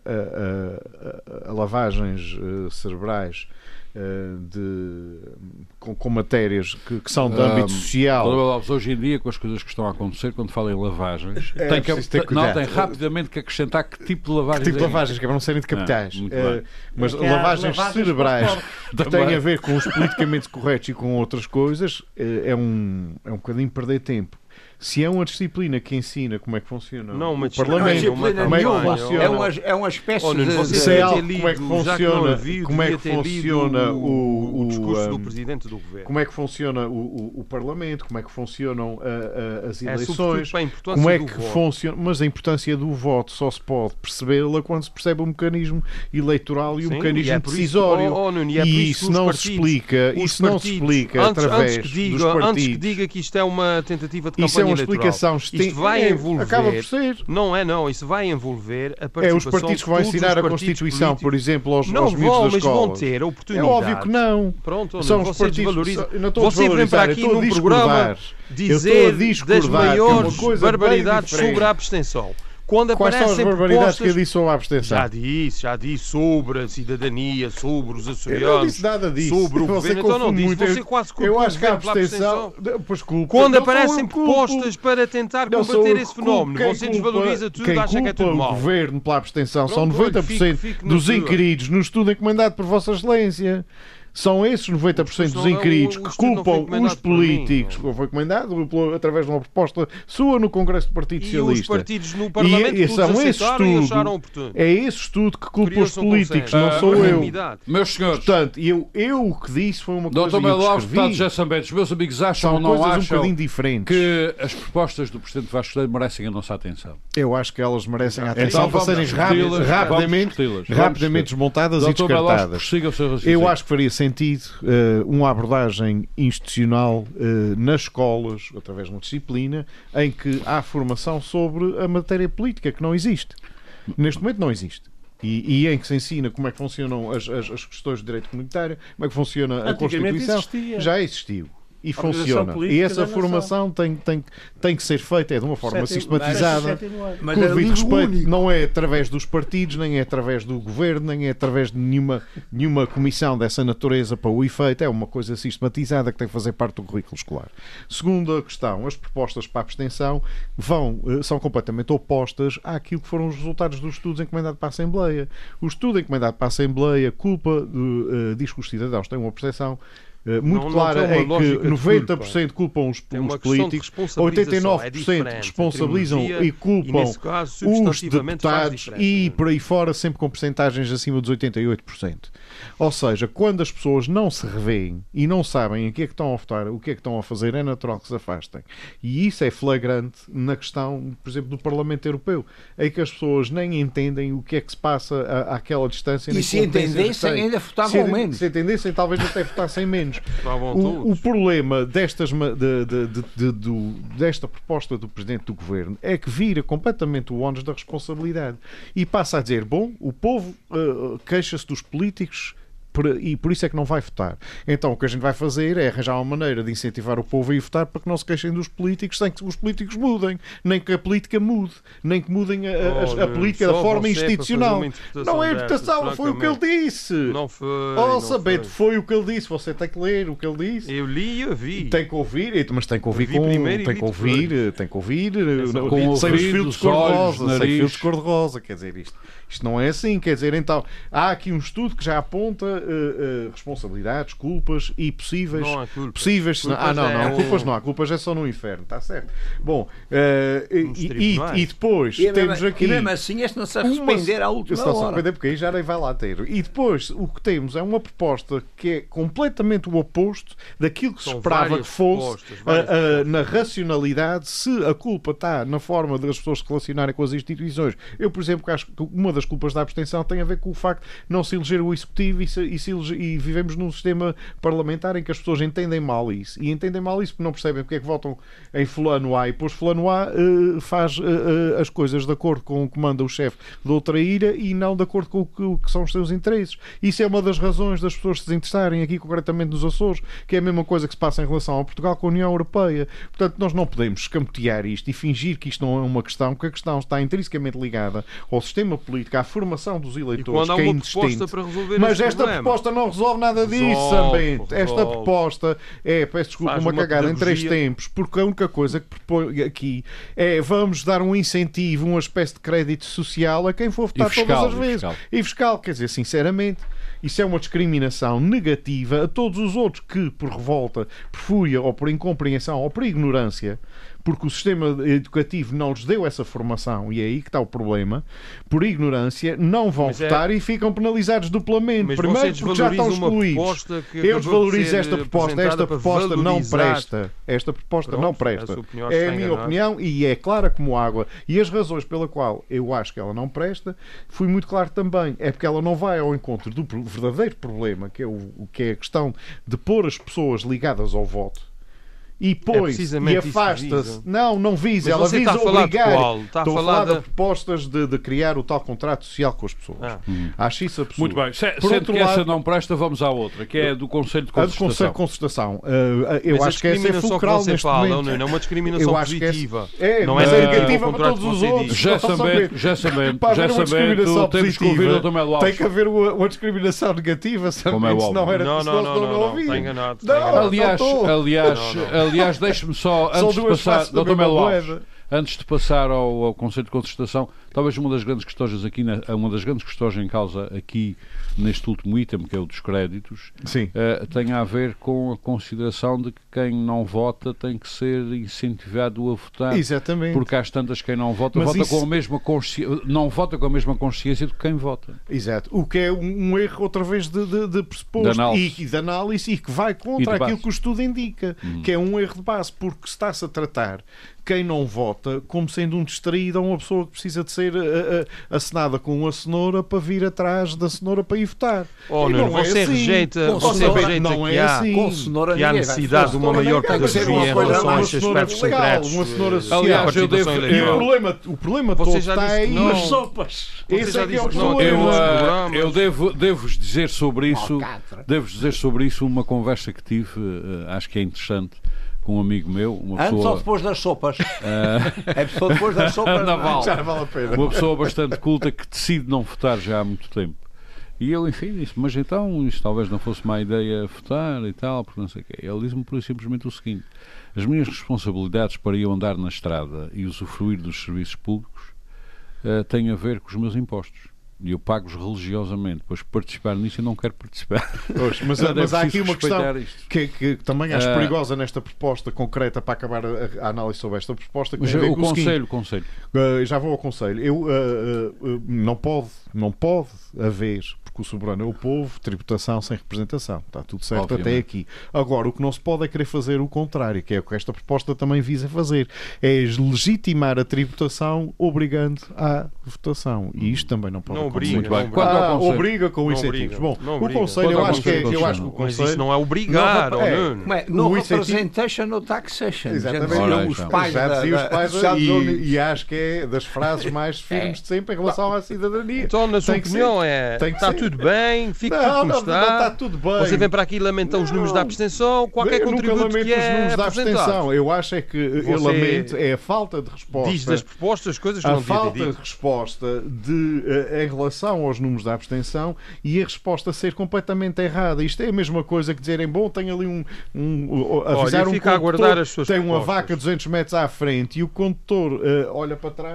E: a, a, a lavagens uh, cerebrais uh, de, com, com matérias que, que são de âmbito
B: Um,
E: social...
B: doutor Melo Alves, hoje em dia, com as coisas que estão a acontecer, quando fala em lavagens,
E: É,
B: tem que,
E: preciso ter
B: não,
E: cuidado.
B: tem rapidamente que acrescentar que tipo de lavagens.
E: Que tipo de
B: é
E: lavagens, que é para não serem de capitais.
B: Ah, muito
E: Uh,
B: bem.
E: mas
C: É que há
E: lavagens
C: lavagens
E: cerebrais
C: para os
E: que
B: Também.
E: têm a ver com os politicamente corretos e com outras coisas, uh, é um, é um bocadinho perder tempo. Se é uma disciplina que ensina como é que funciona
F: Não, uma
E: o
F: disciplina,
E: Parlamento,
F: uma
D: disciplina
E: como é que
D: nenhuma.
E: funciona...
D: É uma, é uma espécie
F: Oh, Nuno,
D: de...
F: você
E: Se
F: devia
E: é
F: ter
E: algo, como é que
F: lido, já que não
E: funciona,
F: ouviu,
E: como é
F: devia
E: que
F: ter lido
E: funciona
F: o,
E: o,
F: o discurso do
E: um,
F: Presidente do Governo.
E: como é que funciona o, o, o Parlamento, como é que funcionam uh, uh, as
F: É
E: eleições,
F: sobretudo para a importância
E: como é
F: do
E: que
F: voto.
E: funciona, mas a importância do voto só se pode percebê-la quando se percebe o mecanismo eleitoral e o
F: Sim,
E: mecanismo
F: e é por isso-
E: decisório.
F: oh, oh, Nuno, e é por
E: e
F: isso
E: isso
F: que os
E: não
F: partidos-
E: se explica,
F: os
E: isso não se
F: partidos,
E: explica
F: antes,
E: através
F: antes que diga,
E: dos partidos.
F: Antes que diga que isto é uma tentativa de campanha
E: Isso é uma
F: eleitoral.
E: explicação.
F: Isto vai
E: é,
F: envolver...
E: acaba por ser.
F: Não é, não. Isso vai envolver a participação
E: É os partidos que vão
F: de todos
E: ensinar
F: os
E: a
F: partidos
E: Constituição,
F: políticos.
E: por exemplo, aos,
F: Não
E: aos miúdos
F: vão,
E: das
F: mas vão
E: escolas.
F: ter a
E: É
F: oportunidade.
E: óbvio que não.
F: Pronto,
E: São
F: Nuno,
E: os
F: você
E: partidos.
F: desvaloriza.
E: Eu não estou a
F: Você vem para
E: desvalorizar,
F: aqui
E: eu estou a
F: num programa
E: discordar. Eu estou a
F: dizer das
E: discordar, que é uma
F: maiores
E: coisa bem
F: barbaridades
E: diferente.
F: sobre a abstenção. Quando
E: Quais são as
F: aparecem
E: barbaridades que eu
F: propostas...
E: disse sobre a abstenção?
F: Já disse, já disse sobre a cidadania, sobre os
E: Eu não
F: açorianos,
E: disse nada disso.
F: sobre o
E: Você
F: governo. Então não
E: confunde
F: disse,
E: muito.
F: você quase culpou
E: Eu
F: o
E: acho que a
F: governo pela
E: abstenção...
F: abstenção.
E: Pois culpa.
F: Quando
E: Não sou
F: aparecem
E: eu que culpo.
F: propostas para tentar
E: Não sou
F: combater
E: eu que
F: esse
E: culpo.
F: fenómeno,
E: Quem
F: você
E: culpa-
F: desvaloriza tudo,
E: quem
F: acha que é
E: culpa
F: tudo
E: o
F: mau.
E: governo pela abstenção são
F: Pronto, olha,
E: noventa por cento
F: fique- fique na
E: dos
F: sua.
E: inquiridos no estudo encomendado por Vossa Excelência. São esses noventa por cento dos
F: Não,
E: inquiridos
F: o- o
E: que
F: estudo não foi
E: culpam
F: encomendado
E: os
F: por mim,
E: políticos.
F: não.
E: Foi encomendado pelo- através de uma proposta sua no Congresso do Partido
F: E os
E: Socialista.
F: partidos no Parlamento
E: e
F: todos
E: são esse
F: aceitaram e
E: estudo-
F: acharam oportuno.
E: É esse estudo que culpa os
F: Criou-se um
E: políticos,
F: consenso.
E: não
B: Ah,
E: sou eu.
F: Unanimidade.
B: Meus senhores,
E: Portanto, eu, eu o que disse foi uma coisa
B: doutor
E: e eu
B: Melo Alves,
E: escrevi.
B: deputado José Sambetes, meus amigos acham
E: São
B: ou não
E: coisas um
B: acham
E: bocadinho diferentes.
B: que as propostas do Presidente Vasco Leite merecem a nossa atenção?
E: Eu acho que elas merecem a
B: Então
E: atenção para
B: vamos
E: serem
B: discuti-las,
E: rápidas-
B: vamos
E: rapidamente,
B: discuti-las, vamos
E: rapidamente
B: discutir.
E: desmontadas e
B: doutor Melo Alves,
E: descartadas.
B: prossiga o seu raciocínio.
E: Eu acho que faria sentido uh, uma abordagem institucional uh, nas escolas, através de uma disciplina, em que há formação sobre a matéria política, que não existe. Neste momento não existe. E, e em que se ensina como é que funcionam as, as, as questões de direito comunitário, como é que funciona a
C: Antigamente
E: Constituição.
C: existia.
E: Já existiu. E
C: A organização
E: funciona. E
C: política
E: essa
C: da nação.
E: formação tem, tem, tem que ser feita é de uma forma
C: Sétimo-
E: sistematizada.
C: sétimo ano.
D: Mas
E: Com o
D: era
E: devido
D: livro
E: respeito,
D: único.
E: não é através dos partidos, nem é através do governo, nem é através de nenhuma, nenhuma comissão dessa natureza para o efeito. É uma coisa sistematizada que tem que fazer parte do currículo escolar. Segunda questão, as propostas para a abstenção vão, eh, são completamente opostas àquilo que foram os resultados dos estudos encomendados para a Assembleia. O estudo encomendado para a Assembleia culpa, de, eh, diz que os cidadãos têm uma percepção Uh, muito
F: Não- não
E: clara
F: tem uma
E: é que
F: lógica de
E: noventa por cento
F: culpa.
E: culpam os,
F: Tem
E: os
F: uma questão de
E: políticos,
F: responsabilização,
E: oitenta e nove por cento
F: é diferente.
E: responsabilizam
F: A
E: e
F: terminologia,
E: culpam
F: e nesse caso,
E: os
F: substantivamente, faz
E: deputados
F: diferença,
E: e
F: não é?
E: por aí fora sempre com percentagens acima dos oitenta e oito por cento. Ou seja, quando as pessoas não se revêem e não sabem em que é que estão a votar, o que é que estão a fazer, é natural que se afastem. E isso é flagrante na questão, por exemplo, do Parlamento Europeu, em que as pessoas nem entendem o que é que se passa à- àquela distância.
D: E
E: nem
D: se
E: competência que
D: entendessem,
E: têm.
D: ainda votavam
E: Se-
D: menos.
E: Se entendessem, talvez até votassem menos.
F: Estavam
E: O, o
F: todos.
E: problema destas, ma- de- de- de- de- do- desta proposta do Presidente do Governo é que vira completamente o ónus da responsabilidade e passa a dizer, bom, o povo uh, queixa-se dos políticos por- e por isso é que não vai votar. Então o que a gente vai fazer é arranjar uma maneira de incentivar o povo a ir votar para que não se queixem dos políticos sem que os políticos mudem, nem que a política mude, nem que mudem a, a- a- a
F: Olha,
E: política da
F: só
E: forma
F: você é para
E: institucional.
F: fazer uma interpretação
E: Não é
F: dessas,
E: interpretação, foi o que ele
F: francamente.
E: disse.
F: Não foi.
E: Oh,
F: não
E: Sabete,
F: foi.
E: foi o que ele disse. Você tem que ler o que ele disse.
F: Eu li e ouvi.
E: Tem que ouvir, mas tem que ouvir
F: Ouvi
E: com,
F: primeiro e
E: tem
F: li
E: que ouvir,
F: depois.
E: tem que ouvir,
F: Atenção,
E: não,
B: com
E: sem os
B: ouvidos,
E: fios de cor-de-rosa,
B: olhos,
E: sem
B: nariz.
E: fios de cor-de-rosa, quer dizer, isto, isto não é assim, quer dizer, então, há aqui um estudo que já aponta uh, uh, responsabilidades, culpas e possíveis...
F: Não há culpas.
E: Possíveis,
F: Culpas
E: ah, não,
F: é
E: não,
F: um-
E: culpas não há. Culpas é só no inferno, está certo. Bom, uh,
F: Nos
E: e,
F: tribunais.
E: e, e depois
D: E
E: temos
D: mesmo,
E: aqui...
D: e mesmo assim este não se
E: Uma-
D: arrepender à última
E: Está-se a
D: hora.
E: arrepender porque aí já nem vai lá ter. E depois o que temos é uma proposta que é completamente o oposto daquilo que se
F: São
E: esperava
F: várias
E: que fosse
F: propostas,
E: a-
F: várias
E: a-
F: propostas.
E: na racionalidade, se a culpa está na forma das pessoas se relacionarem com as instituições. Eu, por exemplo, acho que uma das culpas da abstenção tem a ver com o facto de não se eleger o executivo e, se, e, se elege- e vivemos num sistema parlamentar em que as pessoas entendem mal isso. E entendem mal isso porque não percebem porque é que votam em fulano A e depois fulano A eh, faz eh, eh, as coisas de acordo com o que manda o chefe de outra ilha e não de acordo com o que, o que são os seus interesses. Isso é uma das razões das pessoas se desinteressarem aqui concretamente nos Açores, que é a mesma coisa que se passa em relação a Portugal com a União Europeia. Portanto, nós não podemos escamotear isto e fingir que isto não é uma questão, porque a questão está intrinsecamente ligada ao sistema político, à formação dos
F: E
E: eleitores,
F: quando há
E: que é
F: uma proposta
E: inexistente.
F: para resolver
E: Mas
F: esse
E: esta
F: problema,
E: proposta não resolve nada disso,
F: Resolve,
E: Sambento. Esta
F: resolve.
E: proposta é, peço desculpa,
F: Faz
E: uma,
F: uma
E: cagada em três
F: pedagogia.
E: tempos, porque a única coisa que propõe aqui é vamos dar um incentivo, uma espécie de crédito social a quem for votar
B: fiscal,
E: todas as
B: e
E: vezes.
B: fiscal.
E: E fiscal, quer dizer, sinceramente, isso é uma discriminação negativa a todos os outros que, por revolta, por fúria ou por incompreensão ou por ignorância, porque o sistema educativo não lhes deu essa formação, e é aí que está o problema, por ignorância, não vão
F: Mas é-
E: votar e ficam penalizados duplamente.
F: Mas
E: Primeiro
F: você
E: porque já estão
F: desvaloriza uma
E: excluídos.
F: proposta que
E: Eu
F: acabou de
E: desvalorizo
F: ser
E: esta proposta.
F: apresentada
E: Esta
F: para
E: proposta não
F: valorizar.
E: presta. Esta proposta
F: Pronto,
E: não
F: é a
E: presta.
F: sua opinião,
E: É
F: está
E: a minha
F: enganado.
E: opinião e é clara como água. E as razões pela qual eu acho que ela não presta, fui muito claro também. É porque ela não vai ao encontro do verdadeiro problema, que é, o, o- que é a questão de pôr as pessoas ligadas ao voto. E põe e
F: precisamente isso que
E: afasta-se.
F: visa.
E: Não, não visa.
F: Mas
E: Ela
F: você
E: visa
F: está a falar de
E: obrigar.
F: qual? Está a
E: Estou a
F: falar
E: falar de
F: da-
E: propostas de, de criar o tal contrato social com as pessoas.
F: Ah.
E: Acho isso absurdo.
B: Muito bem. Se,
E: Por
B: sendo
E: outro
B: que essa
E: lado-
B: não presta, vamos à outra, que é a do Conselho de
E: A do Conselho
B: Concertação.
E: de Concertação. Uh, eu
F: Mas
E: acho
F: a
E: que essa é
F: discriminação que
E: fulcral
F: você
E: neste
F: fala,
E: momento.
F: não é uma discriminação
E: Eu acho que essa-
F: positiva.
E: É,
F: não
E: mas
F: é
E: é
F: negativa
E: negativa
F: ao
E: para
F: contrário
E: todos
F: do
E: os
F: que você
E: outros.
F: diz.
B: Já
E: Só
B: sabendo,
E: saber.
B: já sabendo,
E: Para
B: já
E: haver uma
B: sabendo,
E: discriminação
B: temos que ouvir o
E: positiva,
B: doutor Melo
E: tem
B: Alves.
E: que haver uma, uma discriminação negativa, sabe?
B: Como é
E: Se não
B: óbvio.
E: era
F: Não,
E: se
F: não,
E: nós
F: não, não, não,
E: ouvia.
F: está enganado. está
E: Não,
F: enganado.
B: Aliás,
E: não estou.
B: aliás,
F: Não, não.
B: aliás deixe-me só,
E: São
B: antes de
E: duas
B: passar,
E: faces da
B: doutor
E: mesma
B: Melo Alves,
E: moeda.
B: antes de passar ao, ao Conselho de Concertação, talvez uma das grandes questões aqui, na- uma das grandes questões em causa aqui neste último item, que é o dos créditos,
E: Sim.
B: eh, tem a ver com a consideração de que quem não vota tem que ser incentivado a votar.
E: Exatamente.
B: Porque às tantas quem não vota,
E: Mas
B: vota
E: isso-
B: com a mesma consciência, não vota com a mesma consciência do que quem vota.
E: Exato. O que é um, um erro, outra vez, de, de, de pressuposto
B: De análise.
E: E, e de análise e que vai
B: E de
E: contra
B: base.
E: aquilo que o estudo indica, que é um erro de base, porque está-se a tratar quem não vota como sendo um distraído ou uma pessoa que precisa de ser uh, uh, acenada com uma cenoura para vir atrás da cenoura para ir votar.
F: Oh,
E: E
F: Nuno,
E: não é
F: você
E: assim.
F: rejeita,
D: Com
F: você
D: cenoura
F: rejeita
E: não
F: que
E: é
F: há,
E: assim.
D: Com cenoura
F: que há
D: ninguém vai.
F: necessidade de uma
D: Com
F: maior
D: cenoura ninguém vai.
F: pedagogia em
D: Uma
F: relação a
D: coisa
F: estes
E: cenoura
F: aspectos
E: legal,
F: concretos.
E: uma cenoura
F: eh,
E: social.
F: da
B: Aliás, eu
F: participação
B: devo-
E: E o
F: eleitoral.
E: problema, o problema
F: Você
E: todo
F: já
E: está
F: disse que
E: aí.
F: não.
C: Umas sopas.
F: Você
E: Esse
F: já
E: é que é
F: disse
E: o
F: que não,
E: problema.
B: Eu,
F: nos
B: ah,
F: programas.
B: eu devo, devo-vos dizer sobre isso,
D: Alcatra.
B: devo dizer sobre isso uma conversa que tive, ah, acho que é interessante, com um amigo meu, uma
D: Antes ou
B: pessoa,
D: depois das sopas?
B: ah,
D: É só depois das sopas.
B: Não vale.
E: Já não vale a pena.
B: uma pessoa bastante culta que decide não votar já há muito tempo. E eu, enfim, disse, mas então isso talvez não fosse má ideia votar e tal, porque não sei o quê. Ele disse-me por simplesmente o seguinte: as minhas responsabilidades para eu andar na estrada e usufruir dos serviços públicos uh, têm a ver com os meus impostos. E eu pago-os religiosamente, pois participar nisso eu não quero participar.
E: Pois, mas,
B: Portanto, é
E: mas há aqui
B: preciso
E: uma questão
B: respeitar isto.
E: que, que também acho
B: Ah.
E: perigosa nesta proposta concreta para acabar a, a análise sobre esta proposta, que
B: Mas
E: tem a ver
B: o
E: com o seguinte.
B: conselho, o conselho.
E: Uh, já vou ao conselho. Eu, uh, uh, uh, não pode, não pode haver, porque o soberano é o povo, tributação sem representação. Está tudo certo
B: Obviamente.
E: até aqui. Agora, o que não se pode é querer fazer o contrário, que é o que esta proposta também visa fazer. É legitimar a tributação obrigando à votação. E isto também não pode
F: Não
E: acontecer.
F: obriga,
B: Muito bem.
F: não
B: Quando
F: obriga.
B: ao
E: Ah,
B: conselho?
E: obriga com
F: Não
E: incentivos.
F: obriga.
E: Bom,
F: Não
E: o
F: obriga.
E: conselho,
B: Quando
E: eu
B: ao
E: acho que é,
B: conselho
E: eu acho que o
B: constitucional.
F: Mas
E: conselho
F: isso não é obrigar,
E: Não,
F: oh,
E: é.
F: Nuno.
D: Como é? No
E: O incentivo-
D: representation, no taxation.
E: Exatamente.
D: Já diziam
B: Ora,
D: os
B: então.
D: pais
E: Já
D: da,
E: dizia os
D: da,
E: pais
D: dos Estados Unidos.
E: e, e acho que é das frases mais firmes de sempre em relação à cidadania.
F: Então, na sua
E: Tem que
F: opinião,
E: ser.
F: é
E: Tem que
F: está
E: ser.
F: tudo bem, fica tudo
E: Não,
F: como
E: não,
F: está.
E: não está tudo bem.
F: Você vem para aqui e lamenta os números
E: Não.
F: da abstenção, qualquer
E: eu nunca
F: contributo
E: lamento
F: que
E: os
F: é
E: números da
F: apresentado.
E: abstenção. Eu acho é que eu
F: Você
E: lamento é a falta de resposta.
F: Diz das propostas coisas que
E: a
F: não devia ter
E: falta de
F: dito.
E: resposta de, eh, em relação aos números da abstenção e a resposta ser completamente errada. Isto é a mesma coisa que dizerem, bom, tem ali um, um avisar
F: Olha,
E: um
F: fica a
E: condutor,
F: aguardar as suas
E: tem uma
F: propostas.
E: vaca duzentos metros à frente e o condutor eh, olha para trás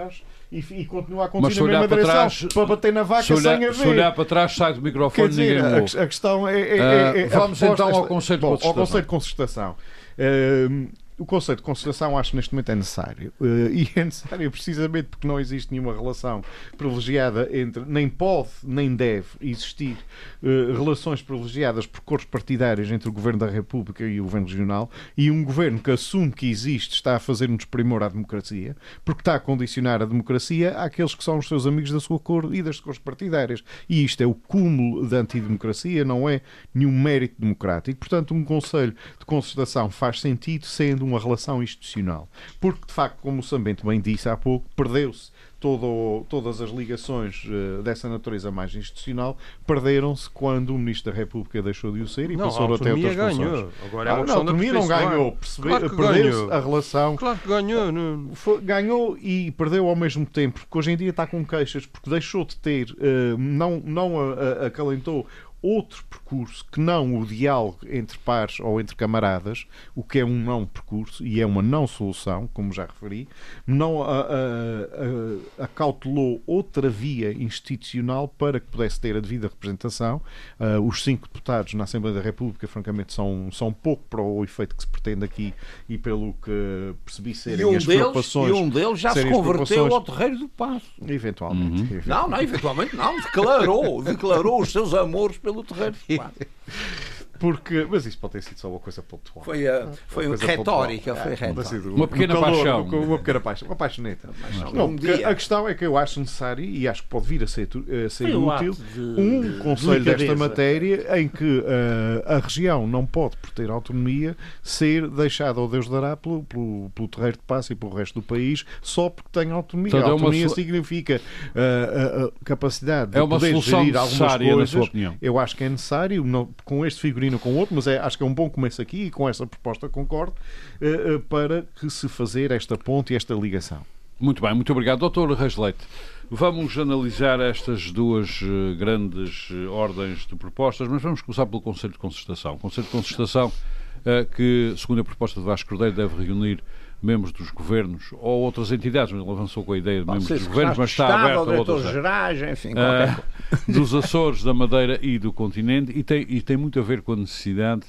E: e, e continua a
B: Mas se
E: conduzir na
B: olhar
E: mesma
B: para
E: direção
B: trás,
E: para bater na vaca
B: se olhar,
E: sem a
B: se
E: ver.
B: olhar para trás, sai do microfone
E: Quer dizer,
B: ninguém
E: a,
B: ouve.
E: a questão é... é,
B: Uh,
E: é, é
B: vamos
E: a
B: então ao
E: esta,
B: conceito
E: bom,
B: de concertação.
E: Ao conceito de concertação. Uh, o conceito de concertação acho que neste momento é necessário. Uh, e é necessário precisamente porque não existe nenhuma relação privilegiada entre... Nem pode, nem deve existir uh, relações privilegiadas por cores partidárias entre o Governo da República e o Governo Regional, e um Governo que assume que existe está a fazer um desprimor à democracia, porque está a condicionar a democracia àqueles que são os seus amigos da sua cor e das cores partidárias. E isto é o cúmulo da antidemocracia, não é nenhum mérito democrático. Portanto, um Conselho de Concertação faz sentido sendo uma relação institucional. Porque, de facto, como o Sambento bem disse há pouco, perdeu-se todo, todas as ligações uh, dessa natureza mais institucional, perderam-se quando o Ministro da República deixou de o ser e
F: Não,
E: passou
F: a
E: até outras
F: autonomia
E: funções.
F: ganhou. Agora é
E: Ah,
F: uma
E: não, a
F: questão da
E: autonomia não
F: aperfeiçoar.
E: ganhou, percebe-
F: Claro que
E: perdeu-se
F: ganhou.
E: a relação.
F: Claro que ganhou. Não...
E: Foi- ganhou e perdeu ao mesmo tempo, porque hoje em dia está com queixas, porque deixou de ter, uh, não, não a, a, acalentou outro percurso que não o diálogo entre pares ou entre camaradas, o que é um não percurso e é uma não solução, como já referi, não a, a, a, acautelou outra via institucional para que pudesse ter a devida representação. Uh, os cinco deputados na Assembleia da República, francamente, são, são pouco para o efeito que se pretende aqui e pelo que percebi serem
D: E um,
E: as
D: deles,
E: preocupações.
D: e um deles já se
E: serem as
D: converteu
E: preocupações-
D: ao Terreiro do Paço.
E: Eventualmente.
B: Uhum.
E: eventualmente.
D: Não, não, eventualmente não. Declarou, declarou os seus amores pelo Terreiro do Paço.
E: Porque, mas isso pode ter sido só uma coisa pontual.
D: Foi, a, foi
E: Uma
D: uma
E: coisa
D: retórica,
E: pontual.
D: foi
E: É,
D: retórica.
E: pode ter sido
B: Uma
E: um
B: pequena
E: calor,
B: paixão.
E: Uma, uma pequena paixão. Uma paixoneta.
D: Paixão.
E: Não,
D: Um
E: porque
D: dia.
E: a questão é que eu acho necessário e acho que pode vir a ser, tu- a ser
C: Foi um
E: útil
C: ato de-
E: um
C: de
E: conselho desta
C: delicadeza.
E: matéria em que uh, a região não pode, por ter autonomia, ser deixada ao Deus dará pelo, pelo, pelo Terreiro de Paço e pelo resto do país só porque tem autonomia.
B: Portanto, é
E: a
B: uma
E: autonomia
B: so-
E: significa uh, a, a capacidade de
B: É uma
E: poder
B: solução
E: gerir algumas
B: necessária, na
E: coisas.
B: sua opinião?
E: Eu acho que é necessário, não, com este figurino ou com outro, mas é, acho que é um bom começo aqui e com essa proposta concordo, eh, eh, para que se fazer esta ponte e esta ligação.
B: Muito bem, muito obrigado. doutor Reis Leite, vamos analisar estas duas eh, grandes eh, ordens de propostas, mas vamos começar pelo Conselho de Concertação. O Conselho de Concertação, eh, que, segundo a proposta de Vasco Cordeiro, deve reunir membros dos governos ou outras entidades, mas ele avançou com a ideia de
D: Pode
B: membros
D: ser
B: dos governos, mas está
D: Estado,
B: aberto a outras.
D: diretores gerais, enfim, qualquer
B: Ah,
D: coisa.
B: dos Açores, da Madeira e do continente, e tem, e tem muito a ver com a necessidade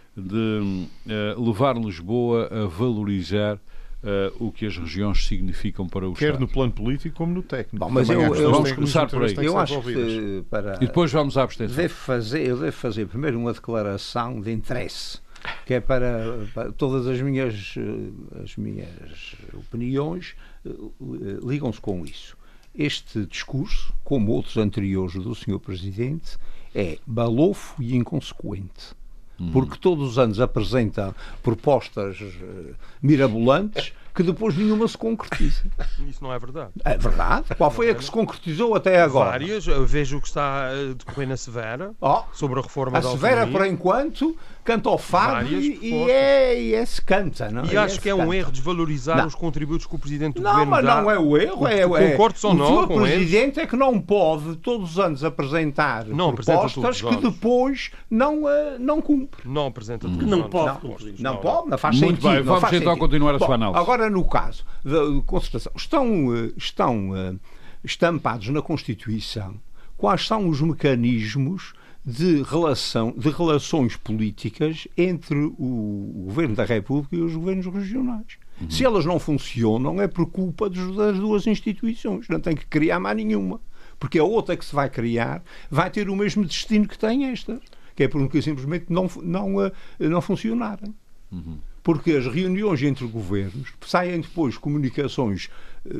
B: de eh, levar Lisboa a valorizar eh, o que as regiões significam para o
E: Quer
B: Estado.
E: no plano político como no técnico.
D: Bom, mas
E: Também
D: eu-
E: acho que
D: eu-
E: as
B: vamos
E: técnicas
B: começar por aí.
E: têm que
D: Eu
E: ser
D: acho
E: resolvidas.
D: que para...
B: E depois vamos à abstenção.
D: Devo fazer, eu devo fazer primeiro uma declaração de interesse, que é para, para todas as minhas, eh, as minhas opiniões eh, eh, ligam-se com isso. Este discurso, como outros anteriores do senhor Presidente, é balofo e inconsequente. Porque todos os anos apresenta propostas eh, mirabolantes que depois nenhuma se concretiza.
F: Isso não é verdade.
D: É verdade? Qual foi a que se concretizou até agora?
F: Várias. Eu vejo o que está a decorrer na Severa,
D: Oh,
F: sobre a reforma
D: a
F: da
D: Severa,
F: autonomia.
D: por enquanto, canta ao fado
F: Várias
D: e, e
F: propostas.
D: é, e é se canta. Não?
F: E acho
D: é
F: que é
D: se
F: um
D: canta.
F: erro desvalorizar
D: Não.
F: os contributos que o Presidente do
D: Não,
F: Governo
D: mas
F: dá.
D: não é o erro. É, é,
F: Concordes ou
D: o
F: não
D: senhor
F: com
D: Presidente é que não pode todos os anos apresentar
F: Não apresenta todos
D: propostas
F: os
D: que
F: anos.
D: depois não, eh, não cumpre.
F: Não apresenta tudo.
C: Não pode
D: Não,
C: cumprir.
D: não pode, não faz
B: Muito
D: sentido.
B: bem,
D: não
B: vamos
D: faz
B: então
D: sentido.
B: continuar a
D: Bom,
B: sua análise.
D: Agora, no caso da de concertação, estão, eh, estão eh, estampados na Constituição quais são os mecanismos de, relação, de relações políticas entre o, o Governo da República e os governos regionais.
B: Uhum.
D: Se elas não funcionam, é por culpa dos, das duas instituições. Não tem que criar mais nenhuma. Porque a outra que se vai criar vai ter o mesmo destino que tem esta. Que é porque simplesmente não, não, eh, não funcionarem.
B: Uhum.
D: Porque as reuniões entre governos saem depois comunicações eh,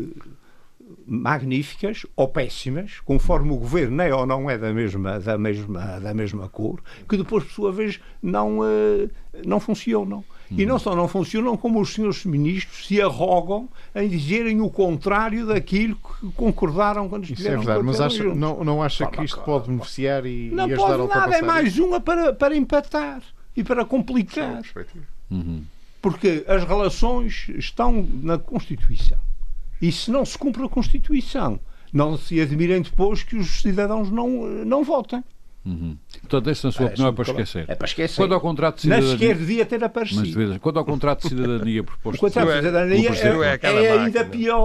D: magníficas ou péssimas, conforme o governo é ou não é da mesma, da mesma, da mesma cor, que depois, por sua vez, não, eh, não funcionam. E não só não funcionam, como os senhores ministros se arrogam em dizerem o contrário daquilo que concordaram quando
E: Isso é
D: estiveram
E: verdade,
D: com
E: mas
D: aqueles
E: acha,
D: juntos.
E: não, não acha
D: Pá,
E: que isto
D: pá,
E: pode
D: pá.
E: beneficiar e,
D: Não
E: e ajudar a
D: pode nada, é
E: ultrapassar
D: mais
E: isso?
D: uma para, para empatar e para complicar.
B: Uhum.
D: Porque as relações estão na Constituição. E se não se cumpre a Constituição, não se admirem depois que os cidadãos não, não votem.
B: Uhum. Portanto, esse, na sua opinião, é para esquecer.
D: É para esquecer.
B: Quando ao contrato de
D: Nem
B: cidadania...
D: sequer devia ter
B: Mas,
D: aparecido.
B: veja, quando ao contrato de cidadania proposto...
D: O contrato de
F: é-
D: cidadania
F: o Presidente é
D: é,
F: aquela
D: é ainda
F: máquina.
D: pior.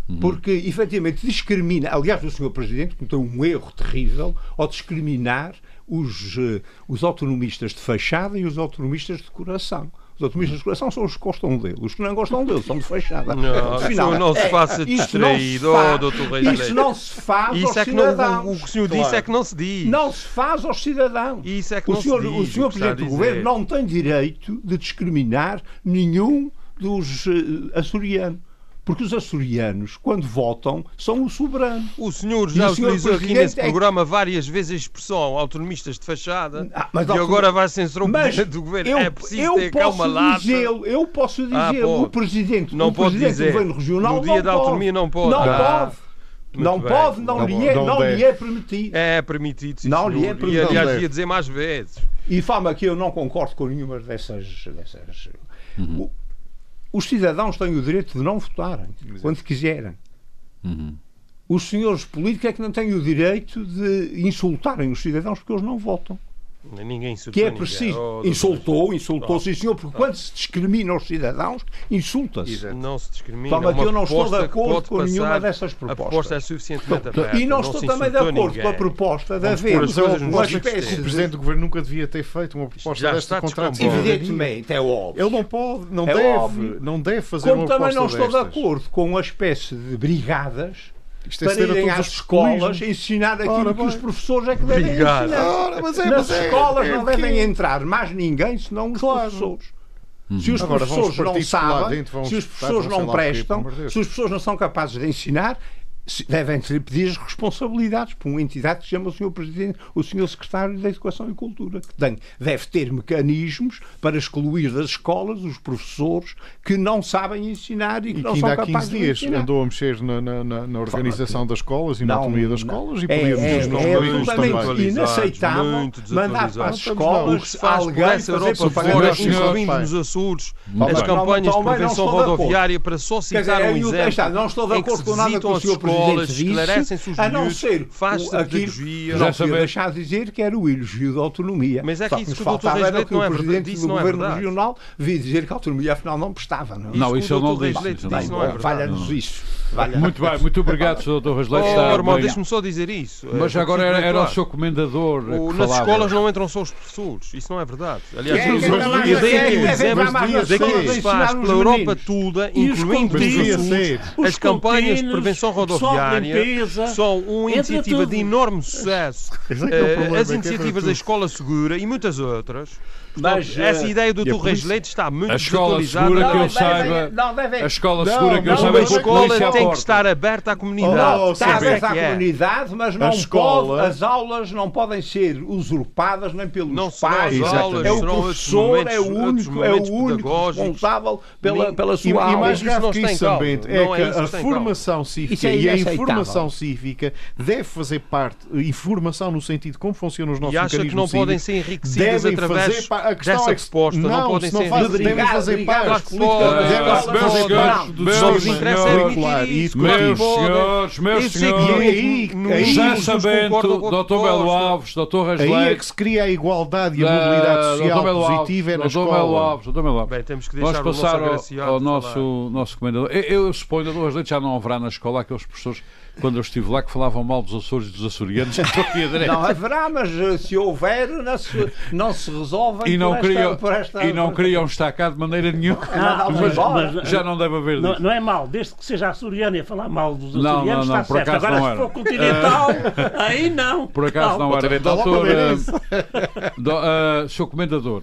D: Porque, efetivamente, discrimina. Aliás, o senhor Presidente cometeu um erro terrível ao discriminar os, uh, os autonomistas de fachada e os autonomistas de coração. Os autonomistas de coração são os que gostam dele. Os que não gostam dele são de fachada.
F: Não,
D: Afinal,
F: não se
D: é,
F: faça distraído, oh, doutor Reis Leite.
D: Isso não se faz
F: Isso
D: aos
F: é que não,
D: cidadãos.
F: o, o que o senhor
E: Claro.
F: disse é que não se diz.
D: Não se faz aos cidadãos.
F: Isso é que
D: o
F: não
D: senhor,
F: se diz.
D: o senhor
F: o que está a
D: Presidente do
F: dizer.
D: Governo não tem direito de discriminar nenhum dos uh, açorianos. Porque os açorianos, quando votam, são o soberano.
F: O senhor
D: E
F: já
D: o senhor
F: utilizou aqui
D: Presidente
F: nesse
D: é que-
F: programa várias vezes a expressão autonomistas de fachada
D: Ah, mas
F: e
D: auto-
F: agora vai censurar o
D: Mas
F: Presidente do Governo.
D: eu,
F: é preciso
D: eu
F: ter calma
D: posso
F: lata.
D: dizê-lo, eu posso
F: Ah,
D: dizer, o
F: pode.
D: Presidente,
F: Não
D: o
F: pode
D: Presidente
F: dizer.
D: do Governo Regional
F: No dia
D: não
F: da
D: pode.
F: autonomia não pode.
D: Não
F: Ah,
D: pode.
F: muito
D: Não
F: bem.
D: pode, não,
E: Não
D: lhe
E: pode.
D: é,
E: Não
D: não
E: deve.
D: lhe é permitido.
F: É permitido, sim,
D: Não lhe
F: senhor.
D: é
F: E
D: permitido.
F: aliás
E: Não
F: ia dizer mais vezes.
D: E fama que eu não concordo com nenhuma dessas. dessas
B: Uhum.
D: o, os cidadãos têm o direito de não votarem quando quiserem.
B: Uhum.
D: Os senhores políticos é que não têm o direito de insultarem os cidadãos porque eles não votam.
F: Ninguém insultou
D: Que é
F: ninguém.
D: preciso.
F: Oh, doutor
D: Insultou, insultou,
F: Oh.
D: sim senhor, porque quando se discrimina os cidadãos, insulta-se.
E: Exato.
F: Não se discrimina.
D: Fala
F: É
D: que
F: uma
D: eu não estou de
F: proposta que
D: acordo
F: pode
D: com nenhuma
F: passar.
D: dessas
F: A
D: propostas.
F: proposta é suficientemente aberta.
D: E não
F: se
D: estou também de
F: insultou
D: acordo
F: ninguém.
D: com a proposta de
F: Vamos
D: haver
F: pôr as coisas nos
D: uma
F: seus
E: O
D: espécie
E: Presidente
D: de...
E: do Governo nunca devia ter feito uma proposta
F: Já
E: desta
F: está
E: contra a
F: descomposto.
D: Evidentemente, é óbvio.
E: Ele não pode, não
D: É
E: deve,
D: óbvio.
E: não deve fazer
D: Como
E: uma
D: também
E: proposta
D: não estou de
E: destas.
D: acordo com uma espécie de brigadas
E: Isto é
D: para
E: ceder a
D: irem
E: todos
D: às
E: os
D: escolas
E: populismos.
D: ensinar aquilo
E: Ora
D: que
E: bem.
D: os professores é que devem
F: Obrigado.
D: ensinar.
E: Ora, mas é,
D: Nas
E: mas é,
D: escolas
E: é
D: não
E: o quê?
D: devem entrar mais ninguém senão os
E: Claro.
D: professores. Se os
E: Agora vão os
D: professores não
E: partidos por lá
D: sabem,
E: dentro, vão
D: se os
E: espetar,
D: professores
E: vão sei
D: não
E: lá o quê,
D: prestam,
E: pelo amor de Deus.
D: se os professores não são capazes de ensinar, se- devem ser pedidas responsabilidades por uma entidade que se chama o senhor Presidente, o senhor Secretário da Educação e Cultura, que tem, deve ter mecanismos para excluir das escolas os professores que não sabem ensinar e que
E: E
D: não
E: que
D: são
E: ainda há
D: capazes
E: quinze
D: de
E: dias
D: ensinar.
E: andou a mexer na, na- na- na organização das escolas e na
D: Não,
E: autonomia das
D: não.
E: escolas e
D: É,
E: podíamos
D: é,
E: os nomes
D: é
E: todos
D: absolutamente
E: também.
D: inaceitável
F: muito
D: mandar para as
F: desatualizados.
D: escolas
F: O que se faz por
D: alguém
F: essa
D: fazer
F: Europa
D: propaganda
F: fora,
E: Meus senhores,
F: incluindo
E: pai.
F: nos Açores,
D: Mas
F: as
D: não,
F: campanhas de
D: também não
F: prevenção
D: estou de acordo.
F: rodoviária, para só
D: Quer dizer,
F: citar um
D: aí o-
F: exemplo,
D: está, não estou de
F: em que
D: acordo
F: se
D: com nada que
F: visitam
D: o
F: as
D: senhor
F: escolas,
D: Presidente disse,
F: esclarecem-se os
D: a não
F: miúdos,
D: ser
F: faz-se
D: o- aquilo-
F: pedagogia.
D: Não
B: Já
D: podia
B: saber-
D: deixar de dizer que era o elogio da autonomia.
F: Mas é
D: Só
F: que isso
D: nos
F: que o doutor
D: faltava
F: Reis
D: era
F: Leite
D: que
F: não
D: o
F: é
D: Presidente
F: verdade, isso
D: do
F: não é
D: Governo
F: verdade.
D: Regional vi dizer que a autonomia afinal não prestava. Não,
B: Não,
F: que
B: isso
F: o
B: eu não
F: doutor
B: disse.
F: Reis Leite
B: isso eu não
F: disse
B: disse.
F: não é verdade.
D: Valha-nos isso. Valha-nos.
B: Muito bem, muito obrigado, senhor doutor Reis Leite.
F: Oh,
B: está
F: irmão,
B: bem.
F: deixe-me só dizer isso.
B: Mas
F: Eh,
B: agora
F: porque
B: era,
F: fique
B: era o
F: claro.
B: seu comendador
F: O-
B: que
F: nas
B: falava.
F: escolas não entram só os professores, isso não é verdade. Aliás,
D: Quem é que
F: eu
D: anda mais
F: eu
D: a
F: dei aqui
D: sério?
F: um
D: Quem
F: exemplo
D: vai mais a
F: daquilo
D: sério
F: que se
D: ensinar
F: faz
D: os
F: pela Europa
D: meninos?
F: toda,
C: E os
F: incluindo os
E: Devia
C: contínuos,
E: ser.
C: os
F: as campanhas de
C: contínuos,
F: prevenção
C: pessoal de
F: rodoviária
C: limpeza,
F: são uma
C: entra
F: iniciativa
C: tudo.
F: de enorme sucesso.
E: Esse é que é o
F: Eh,
E: problema,
F: As
E: é que é
F: iniciativas
E: para
F: da
E: tudo.
F: Escola Segura e muitas outras.
D: Mas,
F: Portanto, essa
D: eh,
F: ideia do
E: e a
F: doutor Reis
E: polícia?
F: Leite está muito
B: A escola
F: desatualizada.
B: segura que eu
D: Não,
B: saiba.
D: devem- não, devem-
B: A escola
E: Não,
B: segura que eu
E: não,
B: saiba
F: Uma
E: mas
B: com a
F: escola
B: polícia à
F: tem que
B: porta.
F: estar aberta à comunidade.
E: Oh,
D: Está
E: Sabe
D: aberta
F: é
D: à
F: que é.
D: comunidade, mas não
E: escola-
D: pode, as aulas não podem ser usurpadas nem pelos
F: Não serão
D: pais.
F: as aulas,
D: é o
F: serão outros
D: professor,
F: momentos-
D: é o
F: outros
D: único, é o
F: momentos
D: único
F: pedagógicos.
D: responsável pela,
F: Nem-
D: pela
E: E,
D: sua
E: e
D: aula.
E: mais
F: isso
E: grave
F: não
E: que
F: está em
E: isso,
F: causa.
E: Bento, é
F: Não é
E: que
F: isso que
E: a
F: está em causa.
E: formação
D: Isso
E: cívica
D: é
E: e a
D: inaceitável.
E: informação cívica deve fazer parte, informação no sentido de como funcionam os nossos
F: E acha que
E: mecanismos
F: não podem
E: cívicos,
F: ser enriquecidas
E: devem
F: através
E: fazer pa- a questão
F: dessa
E: é que-
F: proposta. Não,
E: não,
F: podem
E: se não
F: ser
E: fazem-
F: enriquecidas.
E: devem fazer
D: Obrigado,
E: parte.
D: as
F: Claro que
D: políticas
F: podem.
D: das
E: Devem
D: escolas
E: fazer
D: não,
E: parte
D: não.
E: do
B: Meus
F: Só
E: sistema
F: lhes interessa
B: senhores,
E: curricular
F: adquirir
E: e
F: isso.
B: Meus
E: educativo.
B: senhores, meus
F: Eu sei que
B: senhores.
E: E aí-
F: no-
E: aí-
F: no-
B: José
F: uns
B: Sabento,
F: concordam com
B: doutor
F: outros
B: Belo
F: gostam.
B: Alves, doutor Reis
E: Aí é
B: Leite.
E: que se cria a igualdade e a mobilidade social positiva é na
B: doutor Belo
E: escola.
B: Alves, doutor Belo Alves.
F: Bem, temos que
B: Vamos
F: deixar o nosso
B: passar ao,
F: agraciado
B: ao
F: falar.
B: nosso, nosso comendador. Eu, eu suponho, doutor Reis Leite, já não haverá na escola aqueles professores, quando eu estive lá, que falavam mal dos Açores e dos açorianos. Estou aqui a direita.
D: Não haverá, mas eh, se houver, não se, não se resolvem
B: E não,
D: por esta,
B: queriam,
D: por esta...
B: e não queriam estar cá de maneira nenhuma.
C: Ah,
D: Mas-
C: mas-
D: embora.
C: mas-
B: Já não deve haver
C: Não,
B: disso.
C: não é mal, desde que seja açoriano e a falar mal dos
B: Não,
C: açorianos
B: não, não,
C: está
B: por
C: certo.
B: acaso
C: Agora
B: não
C: se
B: era.
C: for continental, aí não.
B: Por acaso não era.
E: Está logo
B: Doutor,
E: a ver
B: eh,
E: isso.
B: do, eh, senhor Comendador,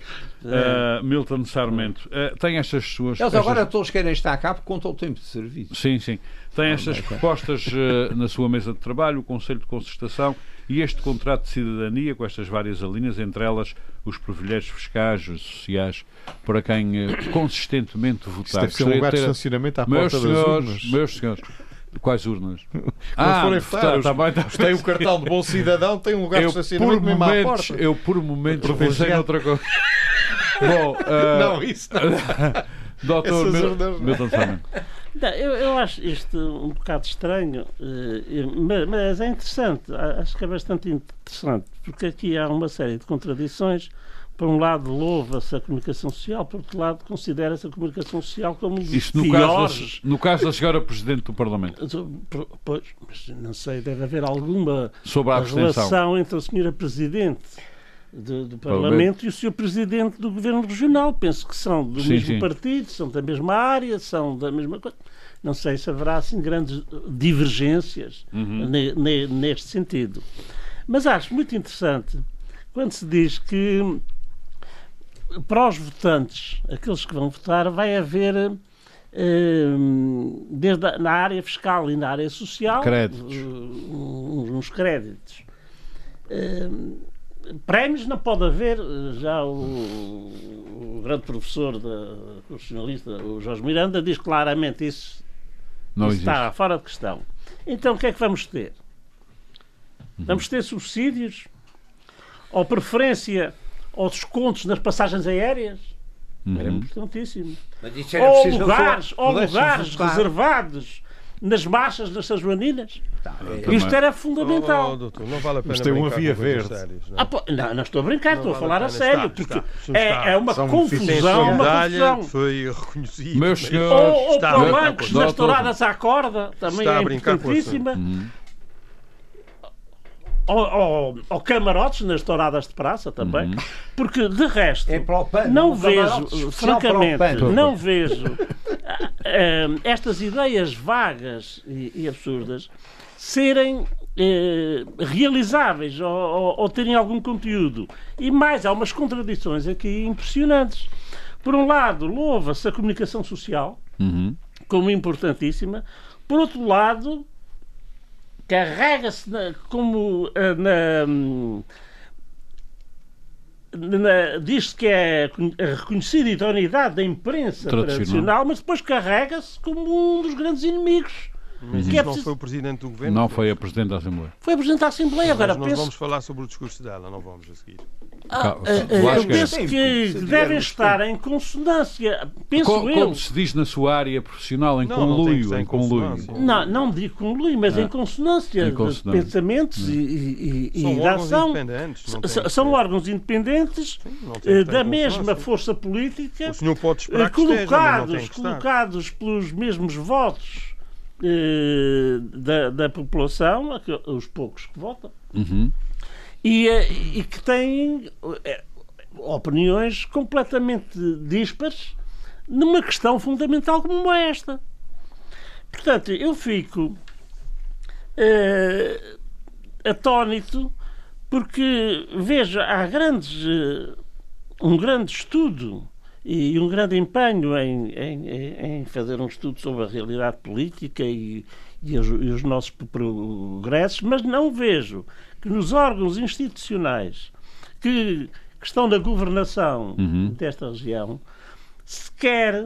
B: eh, Milton Sarmento, eh, tem estas suas...
D: Eles
B: estas-
D: agora todos querem estar cá porque contam o tempo de serviço.
B: Sim, sim. Tem estas propostas eh, na sua mesa de trabalho, o Conselho de Concertação e este contrato de cidadania com estas várias alíneas, entre elas os privilégios fiscais, os sociais, para quem eh, consistentemente
E: Isso
B: votar.
E: deve ser um
B: Gostaria
E: lugar
B: de
E: de
B: ter-
E: estacionamento à
B: Meus
E: porta das
B: senhores,
E: urnas.
B: meus senhores, quais urnas?
E: Quando
B: Ah,
E: forem
B: votar,
E: votar,
B: tá
E: os-
B: bem, tá
E: os têm o cartão de bom cidadão, tem um lugar de
B: eu por,
E: estacionamento mesmo à
B: momentos,
E: porta.
B: eu por momentos pensei
E: Privilegiado.
B: noutra coisa. Bom, eh,
E: Não, isso não.
B: doutor
E: Essas
B: Mil-
E: urnas não.
B: Milton Sarmento.
C: Não, eu, eu acho isto um bocado estranho, eh, mas, mas é interessante, a- acho que é bastante interessante, porque aqui há uma série de contradições. por um lado, louva-se a comunicação social, por outro lado, considera-se a comunicação social como um dos
B: Isso no
C: piores.
B: caso, da, no caso da senhora Presidente do Parlamento.
C: Pois, mas não sei, deve haver alguma
B: Sobre a abstenção.
C: relação entre a senhora Presidente do, do Parlamento e o senhor Presidente do Governo Regional. Penso que são do
B: Sim,
C: mesmo
B: sim.
C: partido, são da mesma área, são da mesma coisa. Não sei se haverá assim grandes divergências
B: Uhum.
C: ne- ne- neste sentido. Mas acho muito interessante quando se diz que para os votantes, aqueles que vão votar, vai haver, eh, desde a, na área fiscal e na área social,
B: Créditos.
C: eh, uns, uns créditos. Eh, prémios não pode haver. Já o, o grande professor da, constitucionalista, o Jorge Miranda, diz claramente isso,
B: Não
C: isso
B: existe.
C: está fora de questão. Então o que é que vamos ter? Vamos ter subsídios ou preferência ou descontos nas passagens aéreas? Era
B: Uhum.
C: importantíssimo.
D: Mas isso era
C: Ou
D: preciso
C: lugares, ou
D: pudesse
C: lugares
D: votar.
C: reservados nas marchas das São Joaninas.
D: Tá, é-
B: Também.
C: Isto era
F: Oh,
C: fundamental.
F: oh, doutor, não vale a pena
E: Mas tem uma
F: brincar
E: via
F: com coisas
E: verde.
F: sérias, não é?
C: Ah, pô, não, não estou a brincar,
F: Não
C: estou a
F: vale
C: falar a
F: pena.
C: sério,
F: Está,
C: porque
F: está. Isso está.
C: é, é uma
E: São
F: Tem
C: confusão,
F: sua
C: uma
F: medalha,
C: confusão.
F: foi reconhecido.
B: Meus
F: mas-
B: senhores,
C: Ou, ou
F: Está a brincar
C: palancos
F: com
C: nas
B: isso.
C: touradas à corda, também
F: Está a
C: é
F: brincar com isso.
C: importantíssima.
B: Uhum.
C: Ou, ou, ou camarotes nas touradas de praça também.
B: Uhum.
C: Porque, de resto,
D: É para o pano,
C: não
D: um camarote
C: vejo,
D: especial para o
C: francamente,
D: pano.
C: não vejo ah, ah, estas ideias vagas e, e absurdas serem eh, realizáveis ou, ou, ou terem algum conteúdo. E mais, há umas contradições aqui impressionantes. Por um lado, louva-se a comunicação social
B: Uhum.
C: como importantíssima. Por outro lado, carrega-se na- como ah, na, hum, na- diz-se que é con- a reconhecida idoneidade da imprensa
B: Tradicional.
C: tradicional, mas depois carrega-se como um dos grandes inimigos.
F: Mas
C: Que
F: isso
C: é
F: não
C: preciso-
F: foi o Presidente do Governo.
B: Não foi a Presidente da Assembleia.
C: Foi a Presidente da Assembleia, agora
F: Mas nós
C: penso,
F: vamos falar sobre o discurso dela, não vamos a seguir.
C: ah,
B: Calma,
C: ah,
B: eu
C: ah,
B: acho
C: eu
B: que é.
C: penso
D: Tempo,
C: que
D: se
C: devem
D: tivermos
C: estar em consonância. Penso
B: Co-
C: eu.
B: Como se diz na sua área profissional, em
F: Não, não tem que
B: conluio,
F: ser
B: em
F: em
B: conluio.
F: consonância.
C: Não, não digo com Luís, mas
B: Ah,
C: em consonância
B: em
C: de
B: consonância.
C: pensamentos e, e, e,
F: São
C: e de
F: órgãos
C: ação.
F: independentes. não
C: S-
F: tem que
C: São
F: ser.
C: órgãos independentes
F: Sim, não tem que
C: eh,
F: estar
C: da
F: em
C: mesma
F: consonância.
C: força política,
F: O senhor pode
C: eh,
F: esperar que esteja, mas não
C: colocados,
F: tem que estar.
C: colocados pelos mesmos votos eh, da, da população, aqu- os poucos que votam,
B: Uhum.
C: e, eh, e que têm eh, opiniões completamente díspares numa questão fundamental como esta. Portanto, eu fico eh, atónito porque vejo há grandes, eh, um grande estudo e um grande empenho em, em- em fazer um estudo sobre a realidade política e, e os, e os nossos progressos, mas não vejo que nos órgãos institucionais que, que estão na governação
B: Uhum.
C: desta região sequer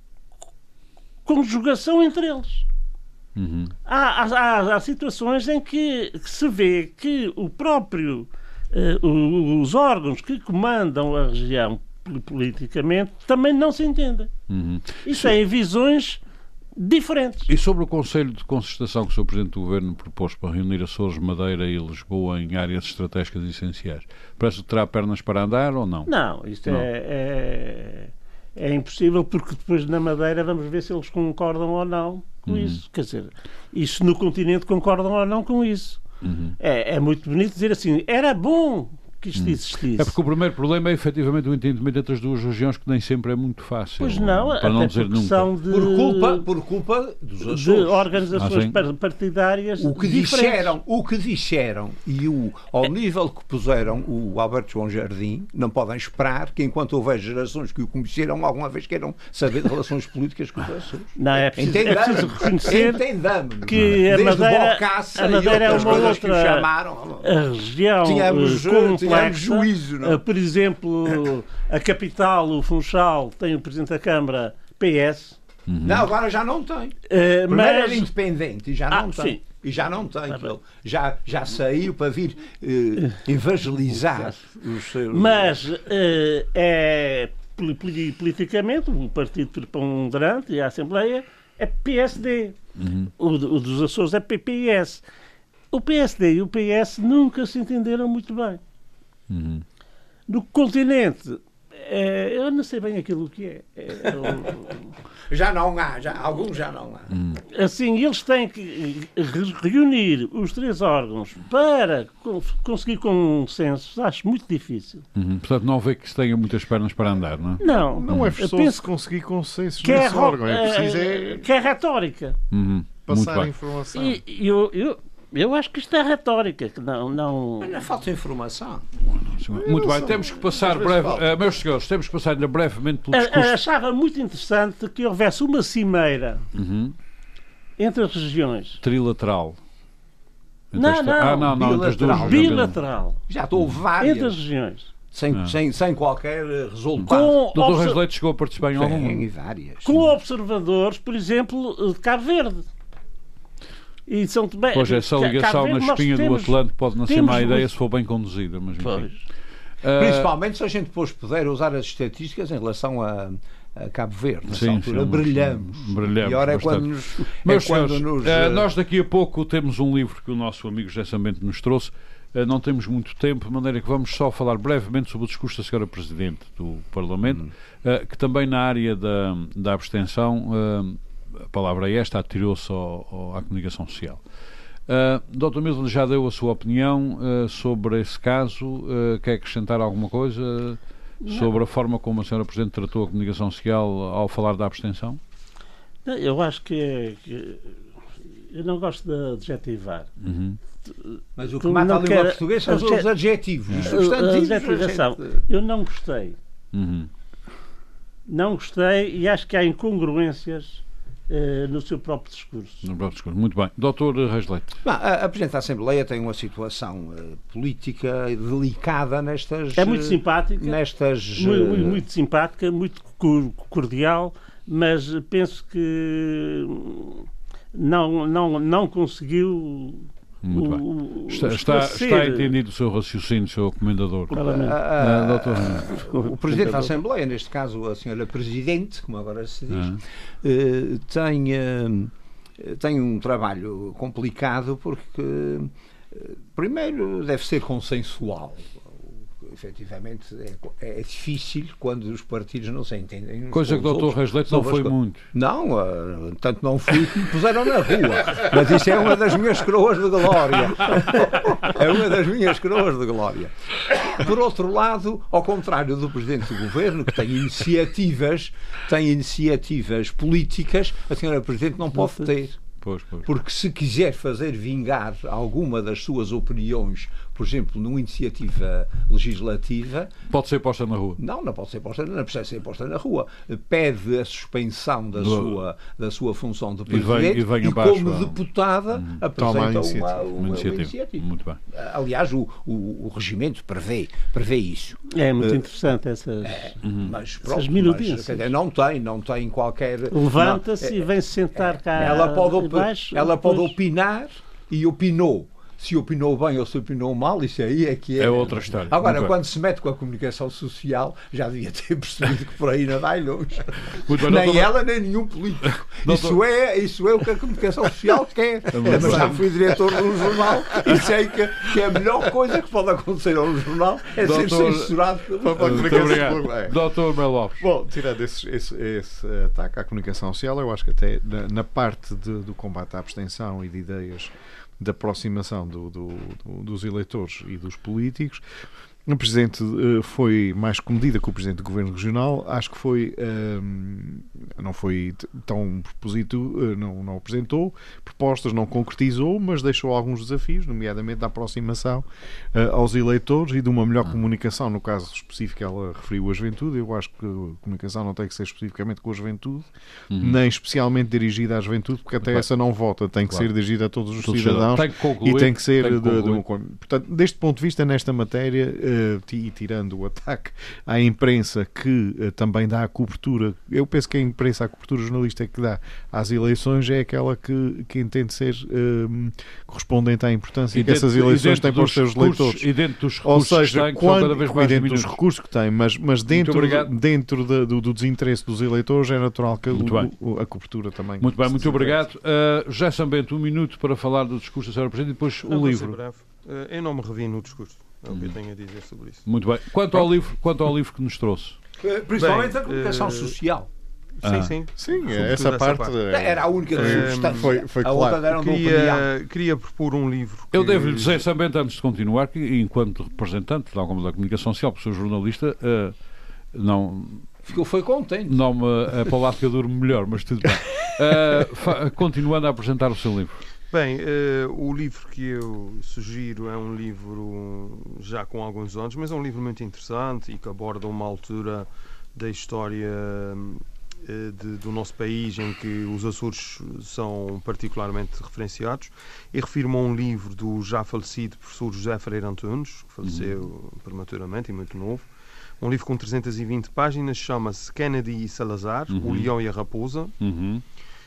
C: conjugação entre eles.
B: Uhum.
C: Há, há- há situações em que, que se vê que o próprio, eh, o- os órgãos que comandam a região pol- politicamente também não se entendem.
B: Uhum.
C: E têm visões diferentes.
B: E sobre o Conselho de Concertação que o senhor Presidente do Governo propôs para reunir Açores, Madeira e Lisboa em áreas estratégicas essenciais, parece que terá pernas para andar ou não?
C: Não, isto
B: Não.
C: É, é, é impossível, porque depois na Madeira vamos ver se eles concordam ou não com
B: Uhum.
C: isso. Quer dizer, isso no continente concordam ou não com isso.
B: Uhum.
C: É, é muito bonito dizer assim, era bom que isto existisse.
B: É porque o primeiro problema é efetivamente o entendimento entre as duas regiões, que nem sempre é muito fácil.
C: Pois não,
B: para
C: até
B: não dizer
C: porque
B: nunca.
C: são de,
D: Por culpa, por culpa dos
C: de
D: Açores.
C: organizações
B: Ah, sim.
C: par- partidárias
D: O que
C: diferentes.
D: disseram, o que disseram e o, ao nível que puseram o Alberto João Jardim, não podem esperar que enquanto houver gerações que o conheceram, alguma vez queiram saber de relações políticas com os Açores.
C: Não, é preciso, é preciso reconhecer
D: Entendamos.
C: que a
D: Desde
C: Madeira,
D: Bocaça
C: a Madeira
D: e
C: é
D: outras
C: uma
D: coisas que o
C: outra
D: chamaram.
C: a região
D: Tínhamos,
C: eh,
D: eh,
C: complexa.
D: tínhamos juízo, não?
C: Eh, Por exemplo, a capital, o Funchal, tem o Presidente da Câmara P S.
D: Não, agora já não tem.
C: eh,
D: Primeiro era
C: mas
D: independente e já
C: Ah,
D: não tem.
C: sim.
D: E já não tem.
C: Tá bem.
D: Ele já, já saiu para vir eh, evangelizar os seus.
C: Mas eh, é poli- poli- politicamente o partido preponderante e a Assembleia é P S D.
B: Uhum.
C: O, do- o dos Açores é P P S. O P S D e o P S nunca se entenderam muito bem.
B: Uhum.
C: No continente, é, eu não sei bem aquilo que é. é o...
D: Já não há, já, alguns já não há.
C: Hum. Assim, eles têm que reunir os três órgãos para conseguir consensos. Acho muito difícil.
B: Uhum. Portanto, não vê que se tenha muitas pernas para andar, não é?
C: Não.
E: Não é preciso
C: penso
E: conseguir consensos
C: que
E: nesse
C: é,
E: órgão. É preciso é...
C: que é retórica.
B: Uhum.
E: Passar a informação.
C: E eu, eu, eu acho que isto é retórica. Que não, não...
D: Mas não falta informação.
B: Muito bem, temos que passar breve, uh, meus senhores, temos que passar ainda brevemente pelo discurso.
C: Achava muito interessante que houvesse uma cimeira
B: uhum.
C: entre as regiões.
B: Trilateral.
C: Não,
B: esta...
C: não,
B: ah, não, não,
D: bilateral.
C: bilateral.
D: Já estou várias.
C: Entre as regiões.
D: Sem,
B: ah.
D: sem, sem qualquer resultado.
C: Com
B: doutor
C: obser...
B: Reis Leite chegou a participar em algum?
D: Sim, várias.
C: Com observadores, por exemplo, de Cabo Verde. E São Tomé.
B: Pois é, essa ligação na espinha do Atlântico pode não ser má ideia se for bem conduzida. Mas,
C: pois.
D: Principalmente se a gente depois puder usar as estatísticas em relação a, a Cabo Verde. Nessa
B: sim,
D: altura
B: sim,
D: brilhamos.
B: brilhamos.
D: E ora é
B: bastante.
D: quando nos...
B: Meus
D: é quando
B: senhores,
D: nos
B: uh, nós daqui a pouco temos um livro que o nosso amigo José Sambento nos trouxe. Uh, não temos muito tempo, de maneira que vamos só falar brevemente sobre o discurso da senhora Presidente do Parlamento, hum. uh, que também na área da, da abstenção, uh, a palavra é esta, atirou-se ao, ao, à comunicação social. Uh, doutor Milton já deu a sua opinião uh, sobre esse caso. Uh, quer acrescentar alguma coisa uh, sobre a forma como a senhora Presidente tratou a comunicação social ao falar da abstenção?
C: Não, eu acho que, é, que eu não gosto de adjetivar.
B: Uhum.
D: Mas o que mata a língua quer... portuguesa são os adjetivos. Os substantivos.
C: A adjetivação. Gente... Eu não gostei.
B: Uhum.
C: Não gostei e acho que há incongruências Uh, no seu próprio discurso.
B: No próprio discurso. Muito bem. doutor Reis Leite.
D: Bom, a, a Presidente da Assembleia tem uma situação uh, política delicada nestas...
C: É muito simpática.
D: Nestas,
C: uh... muito, muito, muito simpática, muito cordial, mas penso que não, não, não conseguiu...
B: Muito
C: o,
B: bem. Está, está, está entendido o seu raciocínio, seu comendador.
D: Uh, uh, uh, doutor... O Presidente da Assembleia, neste caso a senhora Presidente, como agora se diz, uh. Uh, tem, uh, tem um trabalho complicado porque, uh, primeiro, deve ser consensual. Efetivamente é, é difícil quando os partidos não se entendem.
B: Coisa que o doutor Reis Leite não foi co... muito.
D: Não, uh, tanto não fui que me puseram na rua. Mas isso é uma das minhas coroas de glória. É uma das minhas coroas de glória. Por outro lado, ao contrário do Presidente do Governo, que tem iniciativas, tem iniciativas políticas, a senhora Presidente não pode ter.
B: Pois, pois.
D: Porque se quiser fazer vingar alguma das suas opiniões, por exemplo, numa iniciativa legislativa...
B: Pode ser posta na rua?
D: Não, não pode ser posta, não precisa ser posta na rua. Pede a suspensão da, Do... sua, da sua função de Presidente e, vem, e, vem e abaixo, como deputada hum. apresenta uma, uma, uma, iniciativa. uma iniciativa.
B: Muito bem.
D: Aliás, o, o, o regimento prevê, prevê isso.
C: É muito uh, interessante essas,
D: é, uhum. mas, pronto,
C: essas minutinhas.
D: Não tem, não tem qualquer...
C: Levanta-se
D: não,
C: e vem-se sentar
D: é,
C: cá
D: ela pode, op
C: baixo,
D: ela
C: depois...
D: pode opinar e opinou. Se opinou bem ou se opinou mal, isso aí é que é...
B: É outra história.
D: Agora, Muito quando bem. se mete com a comunicação social, já devia ter percebido que por aí não vai longe. Bem, nem doutor... ela, nem nenhum político. Doutor... Isso, é, isso é o que a comunicação social quer. Mas já fui diretor de um jornal e sei que, que a melhor coisa que pode acontecer a um jornal é doutor... ser censurado pelo...
B: Muito obrigado. É. doutor Melo Lopes.
E: Bom, tirando esse, esse, esse ataque à comunicação social, eu acho que até na, na parte de, do combate à abstenção e de ideias da aproximação do, do, do, dos eleitores e dos políticos, o Presidente uh, foi mais comedida que o Presidente do Governo Regional. Acho que foi um, não foi tão proposito, uh, não, não apresentou propostas, não concretizou, mas deixou alguns desafios, nomeadamente da aproximação uh, aos eleitores e de uma melhor comunicação. No caso específico, ela referiu a juventude. Eu acho que a comunicação não tem que ser especificamente com a juventude, uhum. nem especialmente dirigida à juventude, porque até claro. essa não vota, tem que claro. ser dirigida a todos os Todo cidadãos
B: tem que concluir,
E: e tem que ser
B: tem que
E: de, de um... Portanto, deste ponto de vista, nesta matéria, e tirando o ataque à imprensa que uh, também dá a cobertura, eu penso que a imprensa, a cobertura jornalística que dá às eleições é aquela que, que entende ser uh, correspondente à importância e que essas eleições têm para os seus leitores.
B: E dentro dos recursos
E: Ou seja,
B: que têm,
E: quando,
B: cada vez mais
E: dentro dos recursos que têm, mas, mas dentro, dentro de, do, do desinteresse dos eleitores é natural que o, o, a cobertura também...
B: Muito bem, muito obrigado. Uh, José Sambento, um minuto para falar do discurso da senhora Presidente e depois
F: não,
B: o livro.
F: Uh, eu não me revi no discurso. É o que eu tenho a dizer sobre isso.
B: Muito bem. Quanto ao livro, quanto ao livro que nos trouxe?
D: Principalmente
F: Bem,
D: a comunicação
F: eh,
D: social.
F: Sim,
B: Ah.
F: sim.
E: Sim,
F: Sobretudo
E: essa
F: essa
E: parte.
F: parte.
E: é-
D: Era a única de
F: Eh,
D: substância.
E: foi- foi
D: a outra
E: claro.
D: deram de opinião.
F: Queria, queria propor um livro.
B: Eu
F: que-
B: devo-lhe dizer, Sambento, antes de continuar, que enquanto representante, tal como da comunicação social, por ser jornalista, eh, não,
D: Ficou, foi contente.
B: não me, a palavra que eu durmo melhor, mas tudo bem. Eh, fa- continuando a apresentar o seu livro.
F: Bem, eh, o livro que eu sugiro é um livro já com alguns anos, mas é um livro muito interessante e que aborda uma altura da história eh, de- do nosso país em que os Açores são particularmente referenciados. E refiro-me a um livro do já falecido professor José Freire Antunes, que faleceu prematuramente e muito novo. Um livro com trezentas e vinte páginas, chama-se Kennedy e Salazar,
B: Uhum.
F: O Leão e a Raposa.
B: Uhum.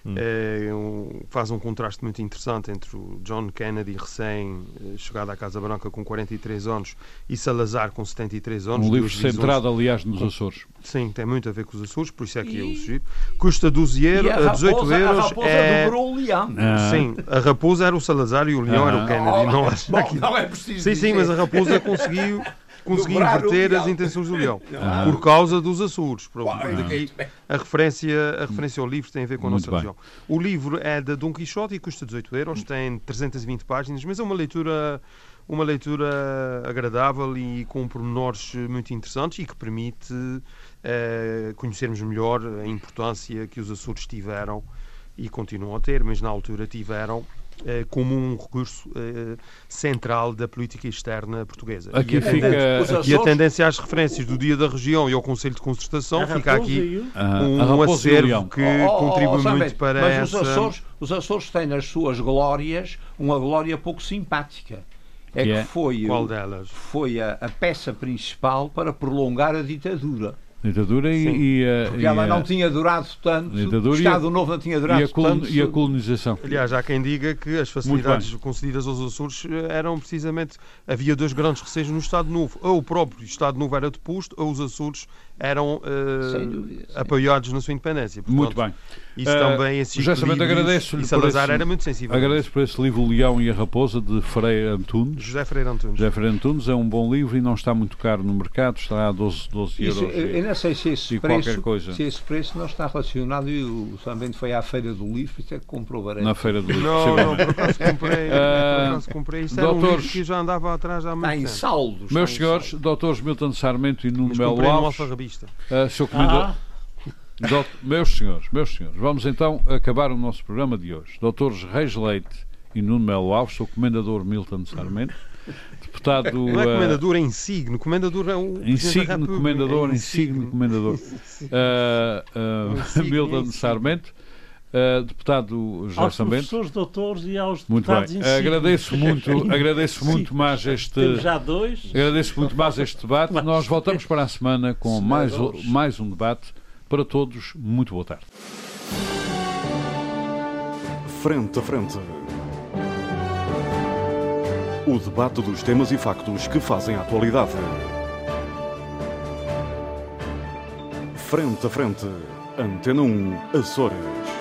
F: É um- faz um contraste muito interessante entre o John Kennedy, recém-chegado à Casa Branca com quarenta e três anos, e Salazar com setenta e três anos.
B: Um livro
F: duas visões-
B: centrado, aliás, nos Açores.
F: Sim, tem muito a ver com os Açores, por isso é que eu
D: E-
F: sugiro. Custa doze
D: E
F: euros,
D: a
F: dezoito
D: raposa, a
F: euros.
D: raposa
F: É...
D: dobrou o leão.
B: Ah.
F: Sim, a raposa era o Salazar e o leão era
B: Ah.
F: o Kennedy. Não, acho
D: Bom,
F: que-
D: não é preciso
F: Sim, sim,
D: dizer.
F: mas a raposa conseguiu, conseguiu
D: Dobrar o
F: inverter
D: leão.
F: as intenções do leão
B: Ah.
F: por causa dos Açores. Por-
D: Uau,
F: daqui a referência, a referência ao livro tem a ver com a
B: Muito
F: nossa
B: bem.
F: região. O livro é de Dom Quixote e custa dezoito euros, tem trezentas e vinte páginas, mas é uma leitura, uma leitura agradável e com pormenores muito interessantes e que permite eh, conhecermos melhor a importância que os Açores tiveram e continuam a ter, mas na altura tiveram eh, como um recurso eh, central da política externa portuguesa.
B: Aqui
F: e a, tendência,
B: fica.
D: Os
B: aqui-
F: e a tendência às referências do Dia da Região e ao Conselho de Concertação
C: A
F: fica
C: raposa
F: aqui
C: e o-
B: ah,
F: um
B: a Raposa e o
F: acervo
B: Leão.
F: que
D: Oh, oh,
F: contribui
D: oh, Sambento,
F: muito para
D: mas
F: essa...
D: os Açores, os Açores têm nas suas glórias uma glória pouco simpática. É
B: Que
D: que
B: é?
D: foi,
F: Qual
D: o-
F: delas?
D: foi a, a peça principal para prolongar a ditadura.
B: Ditadura e,
F: Sim.
B: e, a-
D: Porque
B: e
D: ela
B: a-
D: não tinha durado tanto,
B: ditadura
D: o
B: e a-
D: Estado Novo não tinha
B: e
D: durado
B: a colon-
D: tanto.
B: e a colonização.
F: Aliás, há quem diga que as facilidades concedidas aos Açores eh, eram precisamente... Havia dois grandes receios no Estado Novo. Ou o próprio Estado Novo era deposto, ou os Açores eram eh,
D: Sem dúvida, sim.
F: apoiados na sua independência. Portanto,
B: Muito bem.
F: Isso
B: Eh,
F: também, esses
B: José Sambento,
F: equilíbrios,
B: agradeço-lhe
F: e
B: por
F: Salazar
B: esse-
F: era muito sensível.
B: Agradeço por esse livro O Leão e a Raposa, de Freire Antunes.
F: José Freire Antunes.
B: José Freire Antunes é um bom livro e não está muito caro no mercado, está a doze, doze
D: Isso,
B: euros.
D: eu eu não sei se esse,
B: e qualquer
D: preço,
B: coisa.
D: se esse preço não está relacionado, e o Sambento foi à feira do livro, isso é que comprou barato.
B: Na feira do livro.
F: Não, não,
B: possivelmente.
F: por acaso comprei.
B: Ah,
F: por acaso comprei. Isto era um
B: doutores-
F: livro que já andava atrás há muito
D: Está em
F: tempo.
D: saldos.
B: Meus
D: está em
B: senhores,
D: saldos.
B: doutores Milton Sarmento e Nuno
F: Mas
B: Melo
F: comprei numa
B: Alves,
F: alfarrabista.
B: uh, seu comendador.
C: Ah,
B: Dout- meus senhores, meus senhores, vamos então acabar o nosso programa de hoje. Doutores Reis Leite e Nuno Melo Alves, sou comendador Milton Sarmento, deputado.
F: Não é
B: uh,
F: comendador, é insigno. Comendador é o. Presidente da
B: Insigne
F: República.
B: comendador,
F: É
B: insigne comendador. Uh, uh,
F: Insigne,
B: Milton
F: insigne.
B: Sarmento, uh, deputado José
C: aos
B: Sambento.
C: professores, doutores e aos
B: Muito bem.
C: deputados insígnios.
B: Agradeço muito, agradeço muito mais este.
C: Temos já dois.
B: Agradeço muito mais este debate. Nós voltamos para a semana com mais, mais um debate. Para todos, muito boa tarde.
A: Frente a frente. O debate dos temas e factos que fazem a atualidade. Frente a frente. Antena um, Açores.